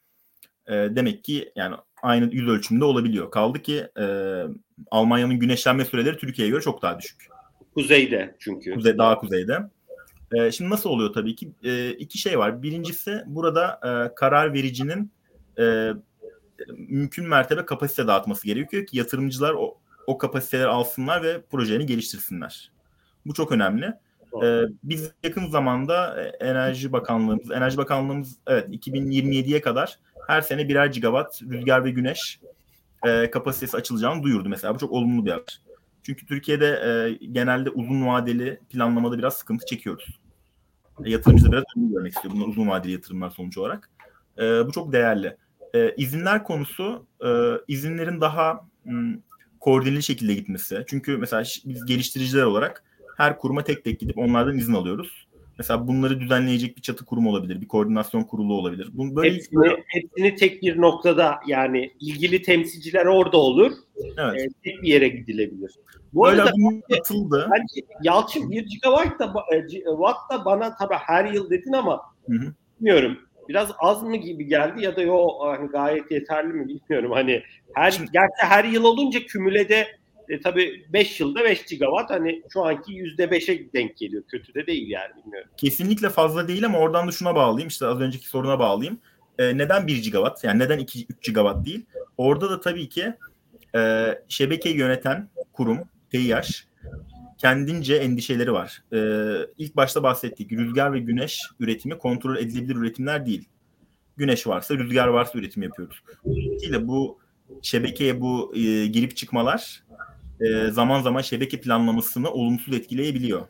E, demek ki yani aynı yüz ölçümde olabiliyor. Kaldı ki e, Almanya'nın güneşlenme süreleri Türkiye'ye göre çok daha düşük. Kuzeyde çünkü. Kuzey, daha kuzeyde. E, şimdi nasıl oluyor tabii ki? E, iki şey var. Birincisi burada e, karar vericinin e, mümkün mertebe kapasite dağıtması gerekiyor ki yatırımcılar o, o kapasiteleri alsınlar ve projelerini geliştirsinler. Bu çok önemli. Ee, biz yakın zamanda Enerji Bakanlığımız, Enerji Bakanlığımız evet iki bin yirmi yediye kadar her sene birer gigawatt rüzgar ve güneş e, kapasitesi açılacağını duyurdu mesela. Bu çok olumlu bir haber. Çünkü Türkiye'de e, genelde uzun vadeli planlamada biraz sıkıntı çekiyoruz. E, yatırımcı da biraz önemli görmek istiyor. Bunlar uzun vadeli yatırımlar sonuç olarak. E, bu çok değerli. E, izinler konusu, e, izinlerin daha m, koordineli şekilde gitmesi. Çünkü mesela biz geliştiriciler olarak her kuruma tek tek gidip onlardan izin alıyoruz. Mesela bunları düzenleyecek bir çatı kurumu olabilir, bir koordinasyon kurulu olabilir. Bunu böyle Hepsini, hepsini tek bir noktada yani ilgili temsilciler orada olur. evet. E, tek bir yere gidilebilir. Bu Böyle arada adım atıldı. bence Yalçın bir gigawatt da, watt da bana tabii her yıl dedin ama Hı hı. bilmiyorum. Biraz az mı gibi geldi ya da yo hani gayet yeterli mi bilmiyorum. Hani her Şimdi, gerçi her yıl olunca kümülede e, tabii beş yılda beş gigawatt hani şu anki yüzde beşe denk geliyor. Kötü de değil yani bilmiyorum. kesinlikle fazla değil ama oradan da şuna bağlayayım. İşte az önceki soruna bağlayayım. Ee, neden bir gigawatt? Yani neden iki üç gigawatt değil? Orada da tabii ki E, şebekeyi yöneten kurum TİAŞ kendince endişeleri var. E, ilk başta bahsettik. Rüzgar ve güneş üretimi kontrol edilebilir üretimler değil. Güneş varsa, rüzgar varsa üretim yapıyoruz. Dolayısıyla bu şebekeye bu e, girip çıkmalar e, zaman zaman şebeke planlamasını olumsuz etkileyebiliyor.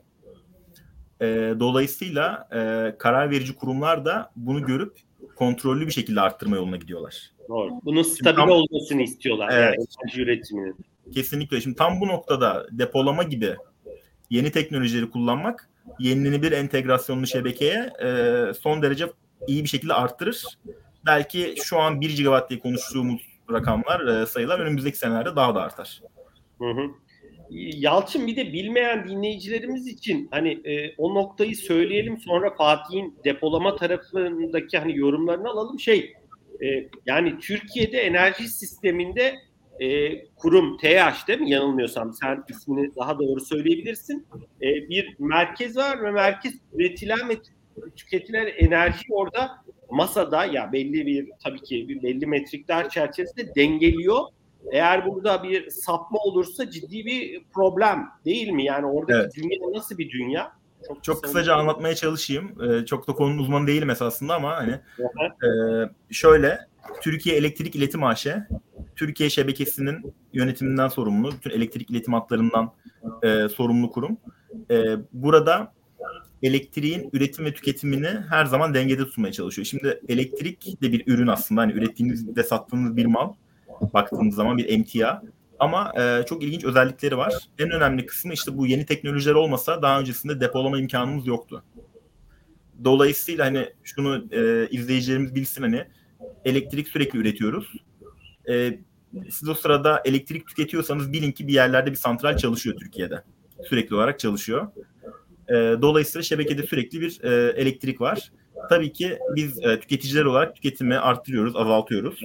E, dolayısıyla e, karar verici kurumlar da bunu görüp kontrollü bir şekilde arttırma yoluna gidiyorlar. Doğru. Bunun stabil tam, olmasını istiyorlar. Evet. Yani enerji üretiminin. Kesinlikle. Şimdi tam bu noktada depolama gibi yeni teknolojileri kullanmak yenilenebilir entegrasyonlu şebekeye e, son derece iyi bir şekilde arttırır. Belki şu an bir gigawatt diye konuştuğumuz rakamlar, e, sayılar önümüzdeki senelerde daha da artar. Hı hı. Yalçın, bir de bilmeyen dinleyicilerimiz için hani e, o noktayı söyleyelim, sonra Fatih'in depolama tarafındaki hani yorumlarını alalım. Şey e, yani Türkiye'de enerji sisteminde e, kurum TİAŞ, değil mi? Yanılmıyorsam sen ismini daha doğru söyleyebilirsin. E, bir merkez var ve merkez üretilen ve tüketilen enerji orada masada ya belli bir tabii ki bir belli metrikler çerçevesinde dengeliyor. Eğer burada bir sapma olursa ciddi bir problem değil mi? Yani oradaki evet. Dünya nasıl bir dünya? Çok, çok kısaca olur. Anlatmaya çalışayım. Ee, çok da konunun uzmanı değilim esasında ama hani e, şöyle, Türkiye Elektrik İletim A Ş, Türkiye şebekesinin yönetiminden sorumlu, bütün elektrik iletim hatlarından e, sorumlu kurum. E, burada elektriğin üretim ve tüketimini her zaman dengede tutmaya çalışıyor. Şimdi elektrik de bir ürün aslında. Hani ürettiğiniz ve sattığınız bir mal. Baktığımız zaman bir emtia. Ama e, çok ilginç özellikleri var. En önemli kısmı işte bu yeni teknolojiler olmasa daha öncesinde depolama imkanımız yoktu. Dolayısıyla hani şunu e, izleyicilerimiz bilsin, hani elektrik sürekli üretiyoruz. E, siz o sırada elektrik tüketiyorsanız bilin ki bir yerlerde bir santral çalışıyor Türkiye'de. Sürekli olarak çalışıyor. E, dolayısıyla şebekede sürekli bir e, elektrik var. Tabii ki biz e, tüketiciler olarak tüketimi arttırıyoruz, azaltıyoruz.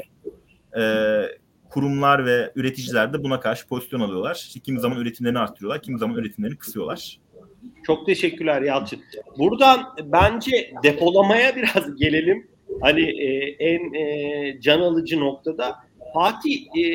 E, kurumlar ve üreticiler de buna karşı pozisyon alıyorlar. İşte kimi zaman üretimlerini arttırıyorlar, kimi zaman üretimlerini kısıyorlar. Çok teşekkürler Yalçın. Buradan bence depolamaya biraz gelelim. Hani e, en e, can alıcı noktada. Fatih, e,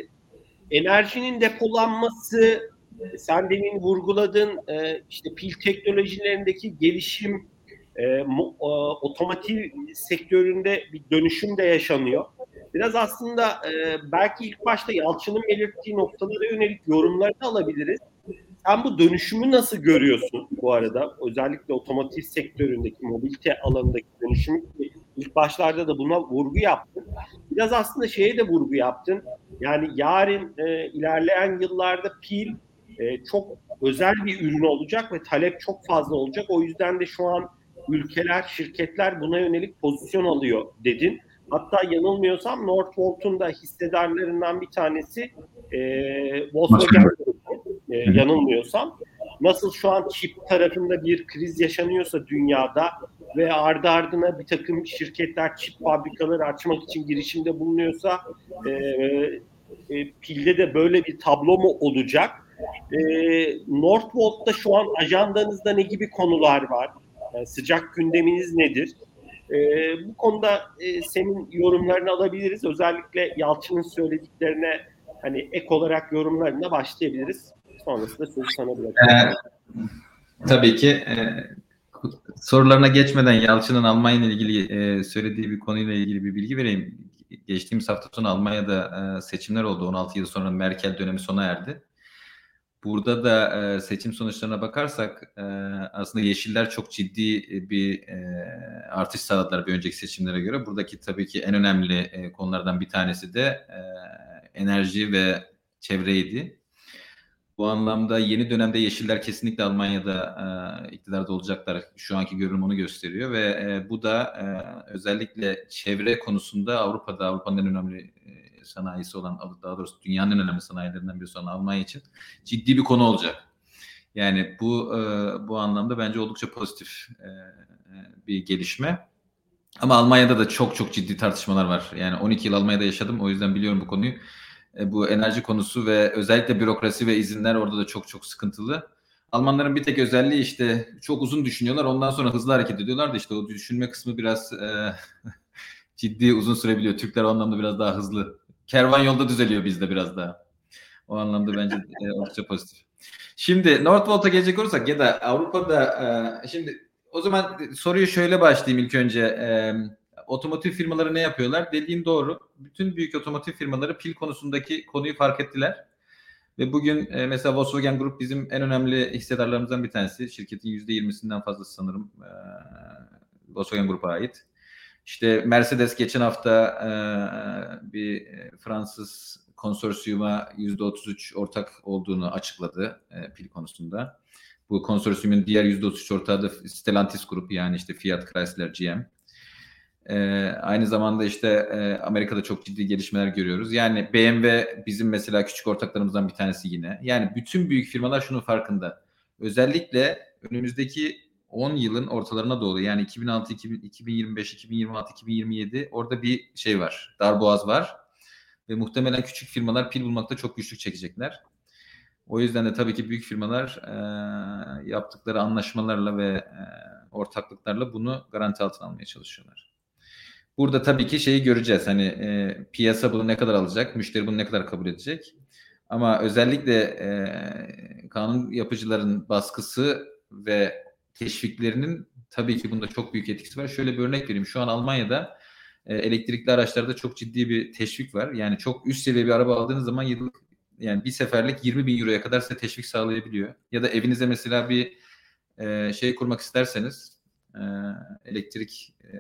enerjinin depolanması, sen demin vurguladın, e, işte pil teknolojilerindeki gelişim, e, mo, e, otomotiv sektöründe bir dönüşüm de yaşanıyor. Biraz aslında e, belki ilk başta Yalçın'ın belirttiği noktalara yönelik yorumlarını alabiliriz. Sen bu dönüşümü nasıl görüyorsun bu arada? Özellikle otomotiv sektöründeki, mobilite alanındaki dönüşümü, ilk başlarda da buna vurgu yaptın. Biraz aslında şeye de vurgu yaptın. Yani yarın e, ilerleyen yıllarda pil e, çok özel bir ürün olacak ve talep çok fazla olacak. O yüzden de şu an ülkeler, şirketler buna yönelik pozisyon alıyor dedin. Hatta yanılmıyorsam Northvolt'un da hissedarlarından bir tanesi e, Volkswagen, e, yanılmıyorsam. Nasıl şu an çip tarafında bir kriz yaşanıyorsa dünyada ve ardı ardına bir takım şirketler çip fabrikaları açmak için girişimde bulunuyorsa e, e, pilde de böyle bir tablo mu olacak? E, Northvolt'ta şu an ajandanızda ne gibi konular var? Yani sıcak gündeminiz nedir? Ee, bu konuda e, senin yorumlarını alabiliriz. Özellikle Yalçın'ın söylediklerine hani ek olarak yorumlarına başlayabiliriz. Sonrasında sözü sana bırakıyorum. Ee, tabii ki e, sorularına geçmeden Yalçın'ın Almanya ile ilgili e, söylediği bir konuyla ilgili bir bilgi vereyim. Geçtiğimiz hafta sonu Almanya'da e, seçimler oldu. on altı yıl sonra Merkel dönemi sona erdi. Burada da e, seçim sonuçlarına bakarsak e, aslında Yeşiller çok ciddi bir e, artış sağladılar bir önceki seçimlere göre. Buradaki tabii ki en önemli e, konulardan bir tanesi de e, enerji ve çevreydi. Bu anlamda yeni dönemde Yeşiller kesinlikle Almanya'da e, iktidarda olacaklar. Şu anki görünüm onu gösteriyor ve e, bu da e, özellikle çevre konusunda Avrupa'da, Avrupa'nın en önemli e, sanayisi olan, daha doğrusu dünyanın en önemli sanayilerinden birisi olan Almanya için ciddi bir konu olacak. Yani bu e, bu anlamda bence oldukça pozitif e, bir gelişme. Ama Almanya'da da çok çok ciddi tartışmalar var. Yani on iki yıl Almanya'da yaşadım, o yüzden biliyorum bu konuyu. E, bu enerji konusu ve özellikle bürokrasi ve izinler orada da çok çok sıkıntılı. Almanların bir tek özelliği işte çok uzun düşünüyorlar, ondan sonra hızlı hareket ediyorlar da işte o düşünme kısmı biraz e, ciddi uzun sürebiliyor. Türkler o anlamda biraz daha hızlı kervan yolda düzeliyor bizde biraz daha. O anlamda bence e, oldukça pozitif. Şimdi Northvolt'a gelecek olursak ya da Avrupa'da e, şimdi o zaman soruyu şöyle başlayayım ilk önce. E, otomotiv firmaları ne yapıyorlar? Dediğin doğru. Bütün büyük otomotiv firmaları pil konusundaki konuyu fark ettiler. Ve bugün e, mesela Volkswagen Group bizim en önemli hissedarlarımızdan bir tanesi. Şirketin yüzde yirmisinden fazlası sanırım e, Volkswagen Group'a ait. İşte Mercedes geçen hafta e, bir Fransız konsorsiyuma yüzde otuz üç ortak olduğunu açıkladı e, pil konusunda. Bu konsorsiyumun diğer yüzde otuz üç ortağı da Stellantis Grup, yani işte Fiat, Chrysler, G M. Ee, aynı zamanda işte e, Amerika'da çok ciddi gelişmeler görüyoruz. Yani B M W bizim mesela küçük ortaklarımızdan bir tanesi yine. Yani bütün büyük firmalar şunun farkında. Özellikle önümüzdeki on yılın ortalarına doğru, yani iki bin altı, iki bin yirmi beş, iki bin yirmi altı, iki bin yirmi yedi orada bir şey var. Darboğaz var. Ve muhtemelen küçük firmalar pil bulmakta çok güçlük çekecekler. O yüzden de tabii ki büyük firmalar e, yaptıkları anlaşmalarla ve e, ortaklıklarla bunu garanti altına almaya çalışıyorlar. Burada tabii ki şeyi göreceğiz. Hani e, piyasa bunu ne kadar alacak, müşteri bunu ne kadar kabul edecek. Ama özellikle e, kanun yapıcıların baskısı ve teşviklerinin tabii ki bunda çok büyük etkisi var. Şöyle bir örnek vereyim. Şu an Almanya'da e, elektrikli araçlarda çok ciddi bir teşvik var. Yani çok üst seviye bir araba aldığınız zaman yıllık, yani bir seferlik yirmi bin euroya kadar size teşvik sağlayabiliyor. Ya da evinize mesela bir e, şey kurmak isterseniz, e, elektrik e,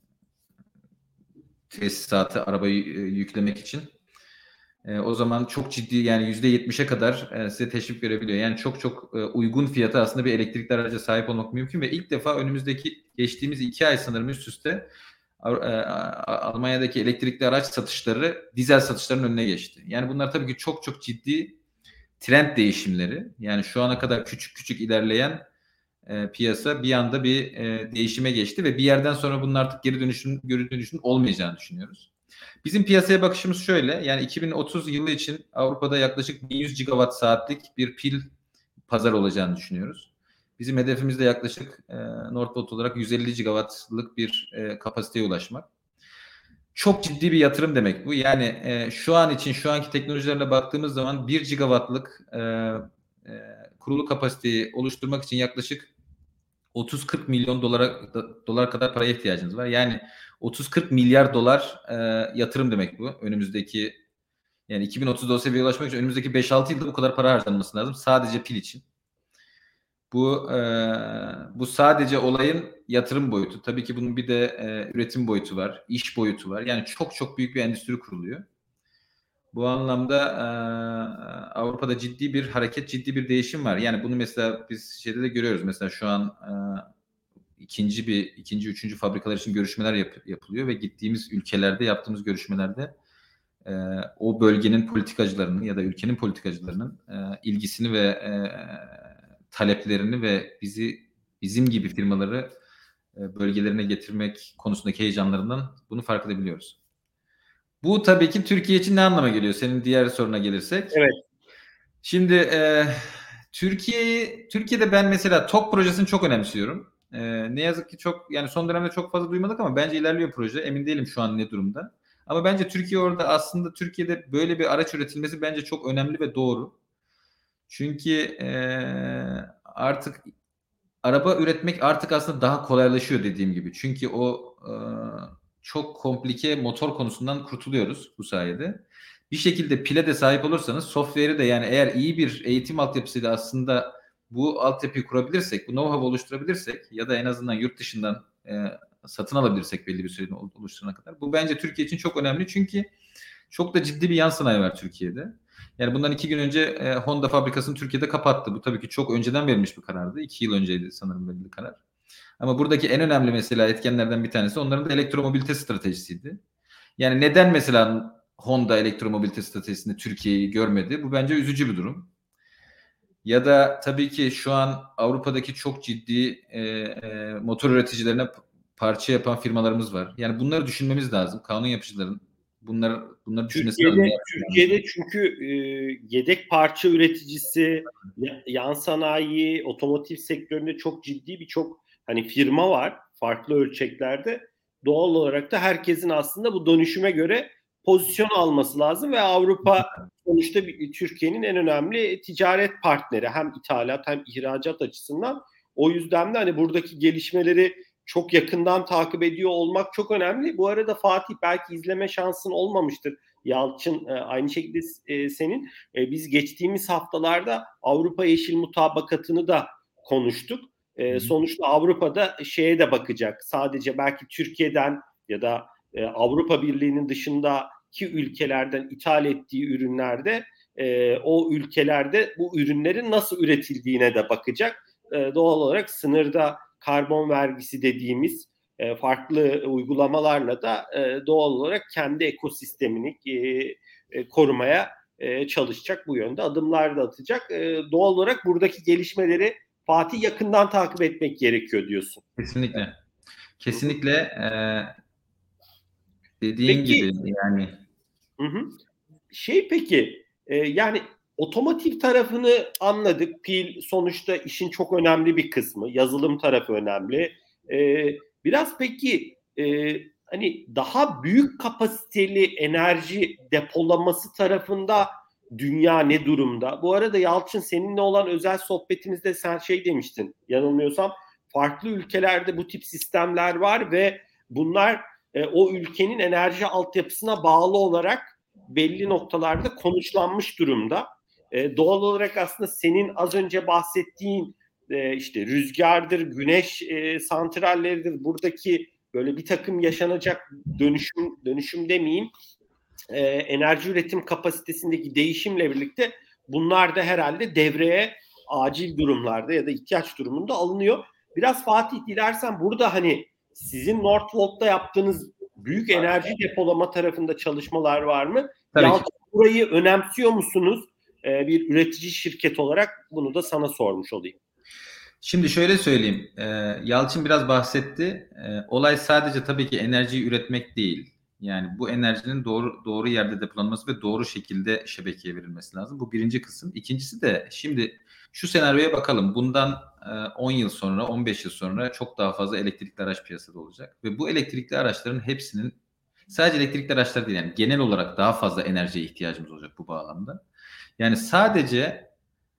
tesisatı arabayı e, yüklemek için e, o zaman çok ciddi, yani yüzde yetmişe kadar e, size teşvik verebiliyor. Yani çok çok e, uygun fiyata aslında bir elektrikli araca sahip olmak mümkün ve ilk defa önümüzdeki geçtiğimiz iki ay sanırım üst üste e, Almanya'daki elektrikli araç satışları dizel satışların önüne geçti. Yani bunlar tabii ki çok çok ciddi trend değişimleri. Yani şu ana kadar küçük küçük ilerleyen e, piyasa bir anda bir e, değişime geçti ve bir yerden sonra bunun artık geri dönüşün, geri dönüşün olmayacağını düşünüyoruz. Bizim piyasaya bakışımız şöyle. Yani iki bin otuz yılı için Avrupa'da yaklaşık bin yüz gigawatt saatlik bir pil pazar olacağını düşünüyoruz. Bizim hedefimiz de yaklaşık e, Northvolt olarak yüz elli gigawattlık bir e, kapasiteye ulaşmak. Çok ciddi bir yatırım demek bu. Yani e, şu an için, şu anki teknolojilerle baktığımız zaman bir gigawattlık e, e, kurulu kapasiteyi oluşturmak için yaklaşık otuz kırk milyon dolara dolar kadar paraya ihtiyacınız var. Yani otuz kırk milyar dolar e, yatırım demek bu. Önümüzdeki, yani iki bin otuzda o seviyeye ulaşmak için önümüzdeki beş altı yılda bu kadar para harcanması lazım sadece pil için. Bu e, bu sadece olayın yatırım boyutu. Tabii ki bunun bir de e, üretim boyutu var, iş boyutu var. Yani çok çok büyük bir endüstri kuruluyor. Bu anlamda e, Avrupa'da ciddi bir hareket, ciddi bir değişim var. Yani bunu mesela biz şeyde de görüyoruz. Mesela şu an e, ikinci bir, ikinci, üçüncü fabrikalar için görüşmeler yap, yapılıyor ve gittiğimiz ülkelerde yaptığımız görüşmelerde e, o bölgenin politikacılarının ya da ülkenin politikacılarının e, ilgisini ve e, taleplerini ve bizi, bizim gibi firmaları e, bölgelerine getirmek konusundaki heyecanlarından bunu fark edebiliyoruz. Bu tabii ki Türkiye için ne anlama geliyor? Senin diğer soruna gelirsek. Evet. Şimdi e, Türkiye'yi, Türkiye'de ben mesela TOK projesini çok önemsiyorum. E, ne yazık ki çok, yani son dönemde çok fazla duymadık ama bence ilerliyor proje. Emin değilim şu an ne durumda. Ama bence Türkiye orada, aslında Türkiye'de böyle bir araç üretilmesi bence çok önemli ve doğru. Çünkü e, artık araba üretmek artık aslında daha kolaylaşıyor dediğim gibi. Çünkü o e, çok komplike motor konusundan kurtuluyoruz bu sayede. Bir şekilde pile de sahip olursanız, software'i de, yani eğer iyi bir eğitim altyapısıyla aslında bu altyapıyı kurabilirsek, bu know-how oluşturabilirsek ya da en azından yurt dışından e, satın alabilirsek belli bir sürenin oluşturana kadar. Bu bence Türkiye için çok önemli çünkü çok da ciddi bir yan sanayi var Türkiye'de. Yani bundan iki gün önce e, Honda fabrikasını Türkiye'de kapattı. Bu tabii ki çok önceden verilmiş bir karardı. İki yıl önceydi sanırım verildi karar. Ama buradaki en önemli mesela etkenlerden bir tanesi onların da elektromobilite stratejisiydi. Yani neden mesela Honda elektromobilite stratejisinde Türkiye'yi görmedi? Bu bence üzücü bir durum. Ya da tabii ki şu an Avrupa'daki çok ciddi e, e, motor üreticilerine parça yapan firmalarımız var. Yani bunları düşünmemiz lazım. Kanun yapıcıların bunlar bunları düşünmesi lazım. Türkiye'de, Türkiye'de çünkü e, yedek parça üreticisi, yan sanayi, otomotiv sektöründe çok ciddi birçok hani firma var farklı ölçeklerde. Doğal olarak da herkesin aslında bu dönüşüme göre pozisyon alması lazım ve Avrupa sonuçta Türkiye'nin en önemli ticaret partneri, hem ithalat hem ihracat açısından. O yüzden de hani buradaki gelişmeleri çok yakından takip ediyor olmak çok önemli. Bu arada Fatih, belki izleme şansın olmamıştır. Yalçın aynı şekilde senin. Biz geçtiğimiz haftalarda Avrupa Yeşil Mutabakatı'nı da konuştuk. Hı. Sonuçta Avrupa'da şeye de bakacak. Sadece belki Türkiye'den ya da Avrupa Birliği'nin dışındaki ülkelerden ithal ettiği ürünlerde o ülkelerde bu ürünlerin nasıl üretildiğine de bakacak. Doğal olarak sınırda karbon vergisi dediğimiz e, farklı uygulamalarla da e, doğal olarak kendi ekosistemini e, e, korumaya e, çalışacak, bu yönde adımlar da atacak. E, doğal olarak buradaki gelişmeleri Fatih yakından takip etmek gerekiyor diyorsun. Kesinlikle. Kesinlikle e, dediğin peki, gibi yani. Hı hı. Şey peki e, yani otomotiv tarafını anladık. Pil sonuçta işin çok önemli bir kısmı. Yazılım tarafı önemli. Ee, biraz peki e, hani daha büyük kapasiteli enerji depolaması tarafında dünya ne durumda? Bu arada Yalçın, seninle olan özel sohbetimizde sen şey demiştin, yanılmıyorsam farklı ülkelerde bu tip sistemler var ve bunlar e, o ülkenin enerji altyapısına bağlı olarak belli noktalarda konuşlanmış durumda. E, doğal olarak aslında senin az önce bahsettiğin e, işte rüzgardır, güneş e, santralleridir, buradaki böyle bir takım yaşanacak dönüşüm, dönüşüm demeyeyim, e, enerji üretim kapasitesindeki değişimle birlikte bunlar da herhalde devreye acil durumlarda ya da ihtiyaç durumunda alınıyor. Biraz Fatih, dilersen burada hani sizin Northvolt'ta yaptığınız büyük enerji depolama tarafında çalışmalar var mı? Yalçın, burayı önemsiyor musunuz? Ee, bir üretici şirket olarak bunu da sana sormuş olayım. Şimdi şöyle söyleyeyim. Ee, Yalçın biraz bahsetti. Ee, olay sadece tabii ki enerjiyi üretmek değil. Yani bu enerjinin doğru doğru yerde depolanması ve doğru şekilde şebekeye verilmesi lazım. Bu birinci kısım. İkincisi de şimdi şu senaryoya bakalım. Bundan on yıl sonra, on beş yıl sonra çok daha fazla elektrikli araç piyasada olacak. Ve bu elektrikli araçların hepsinin, sadece elektrikli araçlar değil, yani genel olarak daha fazla enerjiye ihtiyacımız olacak bu bağlamda. Yani sadece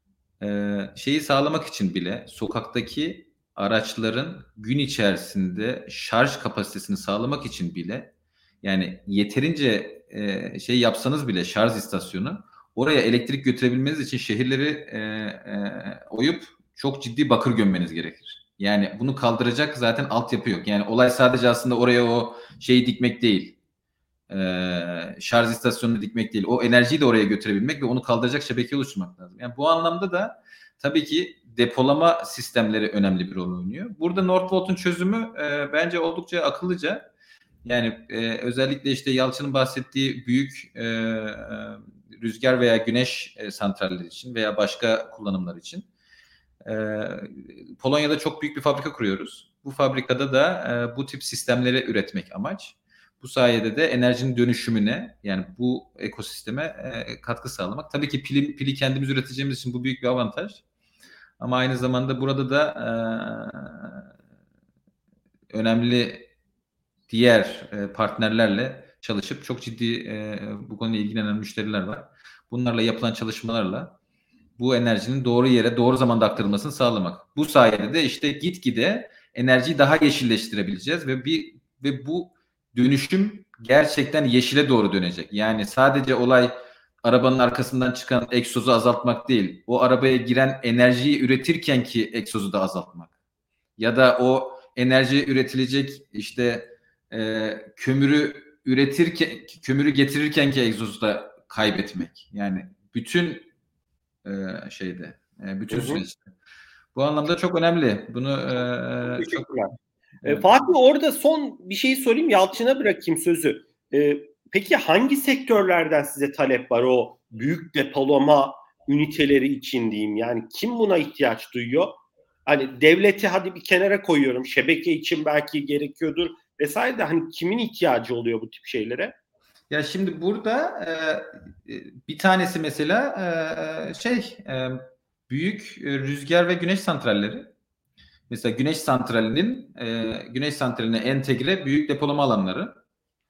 e, şeyi sağlamak için bile sokaktaki araçların gün içerisinde şarj kapasitesini sağlamak için bile, yani yeterince e, şey yapsanız bile, şarj istasyonu, oraya elektrik götürebilmeniz için şehirleri e, e, oyup çok ciddi bakır gömmeniz gerekir. Yani bunu kaldıracak zaten altyapı yok. Yani olay sadece aslında oraya o şeyi dikmek değil. Ee, şarj istasyonunu dikmek değil. O enerjiyi de oraya götürebilmek ve onu kaldıracak şebeke oluşturmak lazım. Yani bu anlamda da tabii ki depolama sistemleri önemli bir rol oynuyor. Burada Northvolt'un çözümü e, bence oldukça akıllıca. Yani e, özellikle işte Yalçın'ın bahsettiği büyük e, rüzgar veya güneş e, santralleri için veya başka kullanımlar için e, Polonya'da çok büyük bir fabrika kuruyoruz. Bu fabrikada da e, bu tip sistemleri üretmek amaç. Bu sayede de enerjinin dönüşümüne, yani bu ekosisteme e, katkı sağlamak. Tabii ki pili, pili kendimiz üreteceğimiz için bu büyük bir avantaj. Ama aynı zamanda burada da e, önemli diğer e, partnerlerle çalışıp çok ciddi e, bu konuyla ilgilenen müşteriler var. Bunlarla yapılan çalışmalarla bu enerjinin doğru yere, doğru zamanda aktarılmasını sağlamak. Bu sayede de işte gitgide enerjiyi daha yeşilleştirebileceğiz ve bir ve bu dönüşüm gerçekten yeşile doğru dönecek. Yani sadece olay arabanın arkasından çıkan egzozu azaltmak değil. O arabaya giren enerjiyi üretirken ki egzozu da azaltmak. Ya da o enerji üretilecek işte e, kömürü üretirken, kömürü getirirken ki egzozu da kaybetmek. Yani bütün e, şeyde, e, bütün süreçte. Bu anlamda çok önemli. Bunu e, çok Evet. Fatih, orada son bir şey sorayım, Yalçın'a bırakayım sözü. Ee, peki hangi sektörlerden size talep var o büyük depolama üniteleri için diyeyim? Yani kim buna ihtiyaç duyuyor? Hani devleti hadi bir kenara koyuyorum, şebeke için belki gerekiyordur vesaire de, hani kimin ihtiyacı oluyor bu tip şeylere? Ya şimdi burada e, bir tanesi mesela e, şey e, büyük rüzgar ve güneş santralleri. Mesela güneş santralinin e, güneş santraline entegre büyük depolama alanları.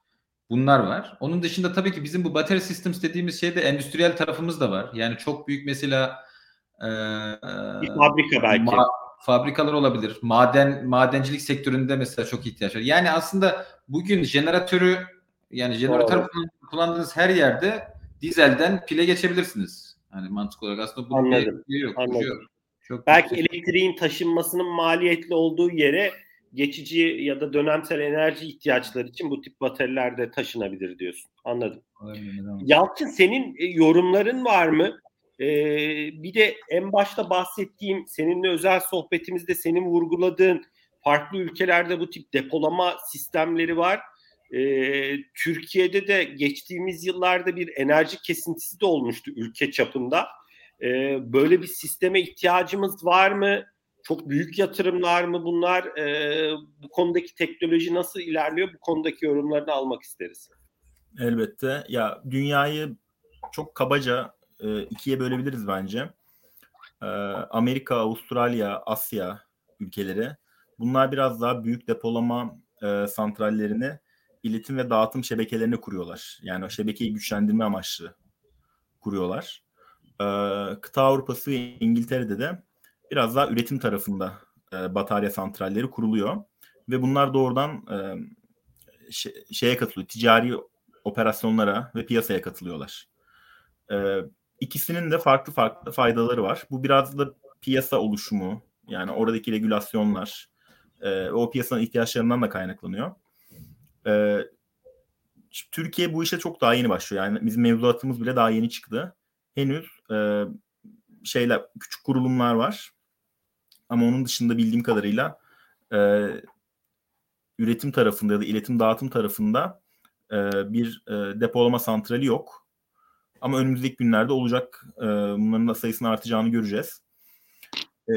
Bunlar var. Onun dışında tabii ki bizim bu battery systems dediğimiz şeyde endüstriyel tarafımız da var. Yani çok büyük mesela e, Bir fabrika belki. Ma- fabrikalar olabilir. Maden madencilik sektöründe mesela çok ihtiyaç var. Yani aslında bugün jeneratörü yani jeneratör kullandığınız her yerde dizelden pile geçebilirsiniz. Hani mantık olarak aslında bunun Anladım. bir yok. Anladım. Yok. Çok belki elektriğin taşınmasının maliyetli olduğu yere geçici ya da dönemsel enerji ihtiyaçları için bu tip bataryalar da taşınabilir diyorsun. Anladım. Yalçın, senin yorumların var mı? Ee, bir de en başta bahsettiğim, seninle özel sohbetimizde senin vurguladığın farklı ülkelerde bu tip depolama sistemleri var. Ee, Türkiye'de de geçtiğimiz yıllarda bir enerji kesintisi de olmuştu ülke çapında. Ee, böyle bir sisteme ihtiyacımız var mı? Çok büyük yatırımlar mı bunlar? Ee, bu konudaki teknoloji nasıl ilerliyor? Bu konudaki yorumlarını almak isteriz. Elbette. Ya dünyayı çok kabaca e, ikiye bölebiliriz bence. E, Amerika, Avustralya, Asya ülkeleri. Bunlar biraz daha büyük depolama e, santrallerini iletim ve dağıtım şebekelerini kuruyorlar. Yani o şebekeyi güçlendirme amaçlı kuruyorlar. E, kıta Avrupası ve İngiltere'de de biraz daha üretim tarafında e, batarya santralleri kuruluyor. Ve bunlar doğrudan e, şey, şeye katılıyor. Ticari operasyonlara ve piyasaya katılıyorlar. Ee, ikisinin de farklı farklı faydaları var. Bu biraz da piyasa oluşumu, yani oradaki regülasyonlar, e, o piyasanın ihtiyaçlarından da kaynaklanıyor. Ee, Türkiye bu işe çok daha yeni başlıyor. Yani bizim mevzuatımız bile daha yeni çıktı. Henüz e, şeyler, küçük kurulumlar var. Ama onun dışında bildiğim kadarıyla e, üretim tarafında ya da iletim dağıtım tarafında e, bir e, depolama santrali yok. Ama önümüzdeki günlerde olacak. E, bunların da sayısının artacağını göreceğiz. E,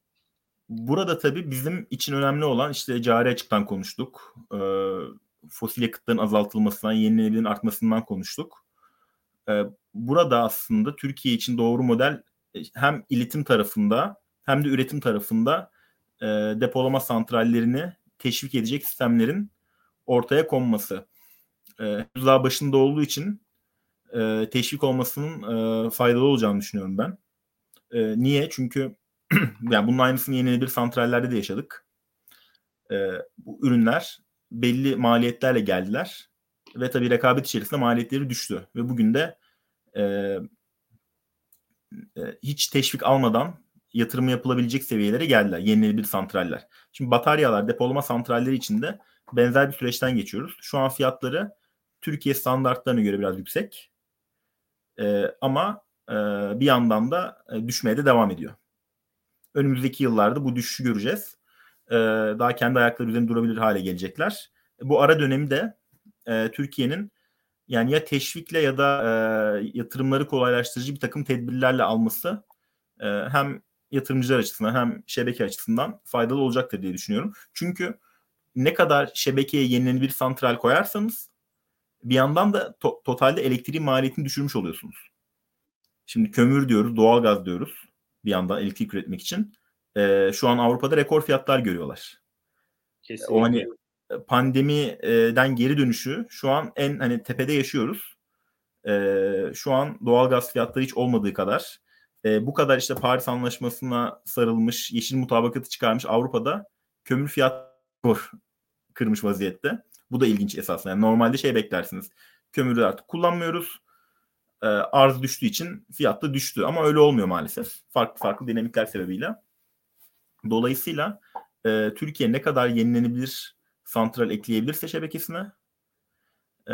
burada tabii bizim için önemli olan işte cari açıktan konuştuk. E, fosil yakıtların azaltılmasından, yenilenebilirin artmasından konuştuk. E, burada aslında Türkiye için doğru model hem iletim tarafında hem de üretim tarafında e, depolama santrallerini teşvik edecek sistemlerin ortaya konması. E, daha başında olduğu için e, teşvik olmasının e, faydalı olacağını düşünüyorum ben. E, niye? Çünkü yani bunun aynısını yenilenebilir santrallerde de yaşadık. E, bu ürünler belli maliyetlerle geldiler ve tabii rekabet içerisinde maliyetleri düştü ve bugün de e, e, hiç teşvik almadan yatırımı yapılabilecek seviyelere geldiler yenilenebilir santraller. Şimdi bataryalar, depolama santralleri için de benzer bir süreçten geçiyoruz. Şu an fiyatları Türkiye standartlarına göre biraz yüksek. E, ama e, bir yandan da e, düşmeye de devam ediyor. Önümüzdeki yıllarda bu düşüşü göreceğiz. E, daha kendi ayakları üzerinde durabilir hale gelecekler. Bu ara dönemi de e, Türkiye'nin yani ya teşvikle ya da e, yatırımları kolaylaştırıcı bir takım tedbirlerle alması e, hem yatırımcılar açısından hem şebeke açısından faydalı olacaktır diye düşünüyorum. Çünkü ne kadar şebekeye yenilenebilir santral koyarsanız bir yandan da to- totalde elektriğin maliyetini düşürmüş oluyorsunuz. Şimdi kömür diyoruz, doğalgaz diyoruz bir yandan elektrik üretmek için. Ee, şu an Avrupa'da rekor fiyatlar görüyorlar. Kesinlikle. O hani pandemiden geri dönüşü şu an en hani tepede yaşıyoruz. Ee, şu an doğalgaz fiyatları hiç olmadığı kadar. Ee, bu kadar işte Paris Anlaşması'na sarılmış, yeşil mutabakatı çıkarmış Avrupa'da kömür fiyatı kırmış vaziyette. Bu da ilginç esasında. Yani normalde şey beklersiniz. Kömürü artık kullanmıyoruz. E, arz düştüğü için fiyat da düştü. Ama öyle olmuyor maalesef. Farklı farklı dinamikler sebebiyle. Dolayısıyla e, Türkiye ne kadar yenilenebilir santral ekleyebilirse şebekesine e,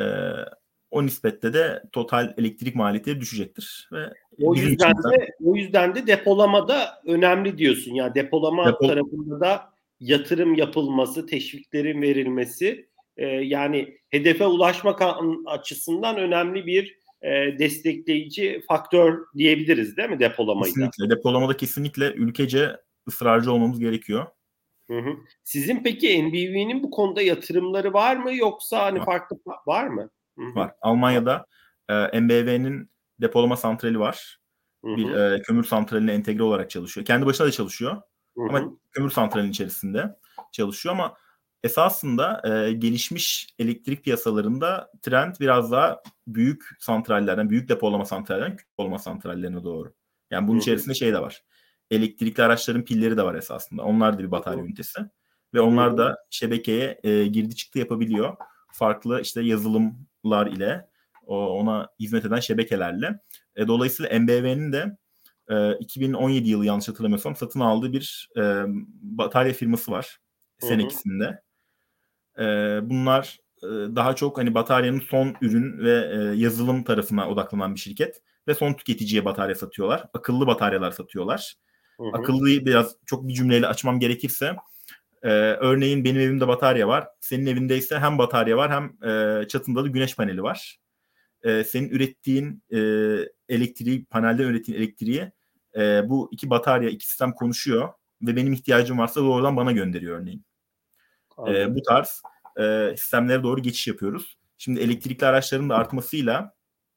o nispette de total elektrik maliyeti düşecektir. Ve o bizim yüzden için de o yüzden de depolama da önemli diyorsun. Yani depolama Depol- tarafında da yatırım yapılması, teşviklerin verilmesi e, yani hedefe ulaşmak açısından önemli bir e, destekleyici faktör diyebiliriz değil mi depolamayı da? Kesinlikle. Depolamada kesinlikle ülkece ısrarcı olmamız gerekiyor. Hı hı. Sizin peki N B V'nin bu konuda yatırımları var mı yoksa hani var. farklı var mı? Hı hı. Var. Almanya'da e, N B V'nin depolama santrali var. Hı hı. Bir e, kömür santraline entegre olarak çalışıyor. Kendi başına da çalışıyor. Hı hı. Ama kömür santralinin içerisinde çalışıyor ama esasında e, gelişmiş elektrik piyasalarında trend biraz daha büyük santrallerden, büyük depolama santrallerden küçük depolama santrallerine doğru. Yani bunun Hı hı. içerisinde şey de var. Elektrikli araçların pilleri de var esasında. Onlar da bir batarya Hı hı. ünitesi. Ve onlar Hı hı. da şebekeye e, girdi çıktı yapabiliyor. Farklı işte yazılımlar ile, o, ona hizmet eden şebekelerle. E, dolayısıyla M B V'nin de e, iki bin on yedi yılı yanlış hatırlamıyorsam satın aldığı bir e, batarya firması var. Hı Sen hı. ikisinde. E, bunlar e, daha çok hani bataryanın son ürün ve e, yazılım tarafına odaklanan bir şirket. Ve son tüketiciye batarya satıyorlar. Akıllı bataryalar satıyorlar. Hı hı. Akıllıyı biraz çok bir cümleyle açmam gerekirse, e, örneğin benim evimde batarya var. Senin evindeyse hem batarya var hem e, çatında da güneş paneli var. E, senin ürettiğin e, elektriği, panelden ürettiğin elektriği e, bu iki batarya, iki sistem konuşuyor ve benim ihtiyacım varsa doğrudan bana gönderiyor örneğin. E, bu tarz e, sistemlere doğru geçiş yapıyoruz. Şimdi elektrikli araçların da artmasıyla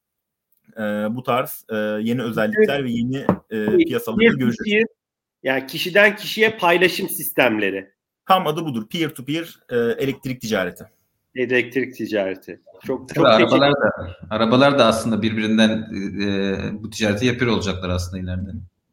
e, bu tarz e, yeni özellikler ve yeni e, piyasaları da göreceğiz. Yani kişiden kişiye paylaşım sistemleri. Tam adı budur. Peer to peer e, elektrik ticareti. Elektrik ticareti. Çok Tabii çok arabalar da arabalar da aslında birbirinden e, bu ticareti yapıyor olacaklar aslında ileride.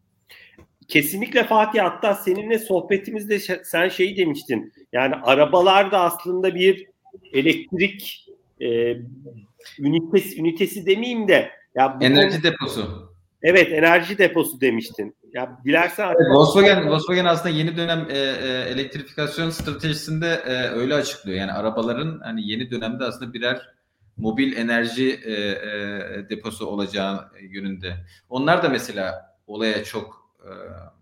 Kesinlikle Fatih, hatta seninle sohbetimizde sen şey demiştin. Yani arabalar da aslında bir elektrik e, ünitesi, ünitesi demeyeyim de ya bu Enerji konu, deposu. evet, enerji deposu demiştin. Ya dilersen Evet, Volkswagen Volkswagen aslında yeni dönem e, e, elektrifikasyon stratejisinde e, öyle açıklıyor. Yani arabaların hani yeni dönemde aslında birer mobil enerji e, e, deposu olacağı yönünde. Onlar da mesela olaya çok e,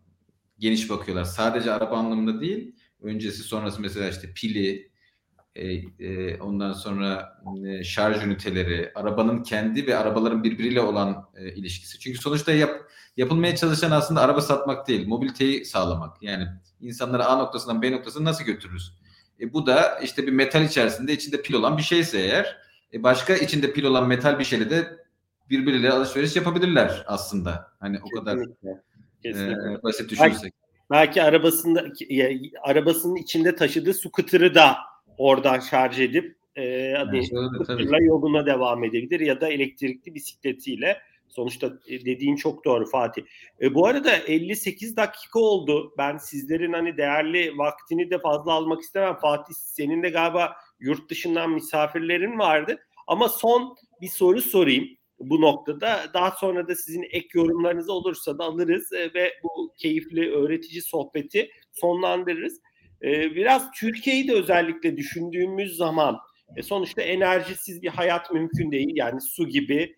geniş bakıyorlar. Sadece araba anlamında değil, öncesi sonrası mesela işte pili, e, e, ondan sonra e, şarj üniteleri, arabanın kendi ve arabaların birbiriyle olan e, ilişkisi. Çünkü sonuçta yap, yapılmaya çalışan aslında araba satmak değil, mobiliteyi sağlamak. Yani insanları A noktasından B noktasına nasıl götürürüz? E, bu da işte bir metal içerisinde, içinde pil olan bir şeyse eğer, e, başka içinde pil olan metal bir şeyle de birbiriyle alışveriş yapabilirler aslında. Hani o kadar kesinlikle, kesinlikle. e, basit Belki, düşünürsek. belki arabasında ya, arabasının içinde taşıdığı scooter'ı da oradan şarj edip e, hani Yani, scooter'la yoluna devam edebilir ya da elektrikli bisikletiyle. Sonuçta dediğin çok doğru Fatih. E, bu arada elli sekiz dakika oldu. Ben sizlerin hani değerli vaktini de fazla almak istemem. Fatih, senin de galiba yurt dışından misafirlerin vardı. Ama son bir soru sorayım bu noktada. Daha sonra da sizin ek yorumlarınız olursa da alırız e, ve bu keyifli öğretici sohbeti sonlandırırız. E, biraz Türkiye'yi de özellikle düşündüğümüz zaman e, sonuçta enerjisiz bir hayat mümkün değil. Yani su gibi,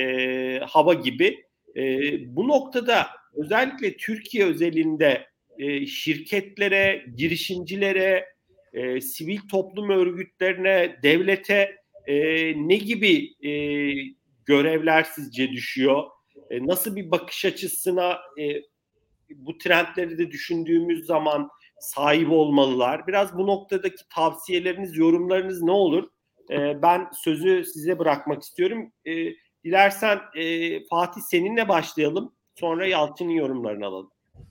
e, hava gibi. E, bu noktada özellikle Türkiye özelinde e, şirketlere, girişimcilere, e, sivil toplum örgütlerine, devlete e, ne gibi e, görevler sizce düşüyor? E, nasıl bir bakış açısına e, bu trendleri de düşündüğümüz zaman sahip olmalılar? Biraz bu noktadaki tavsiyeleriniz, yorumlarınız ne olur? E, ben sözü size bırakmak istiyorum. E, dilersen e, Fatih, seninle başlayalım. Sonra Yalçın'ın yorumlarını alalım.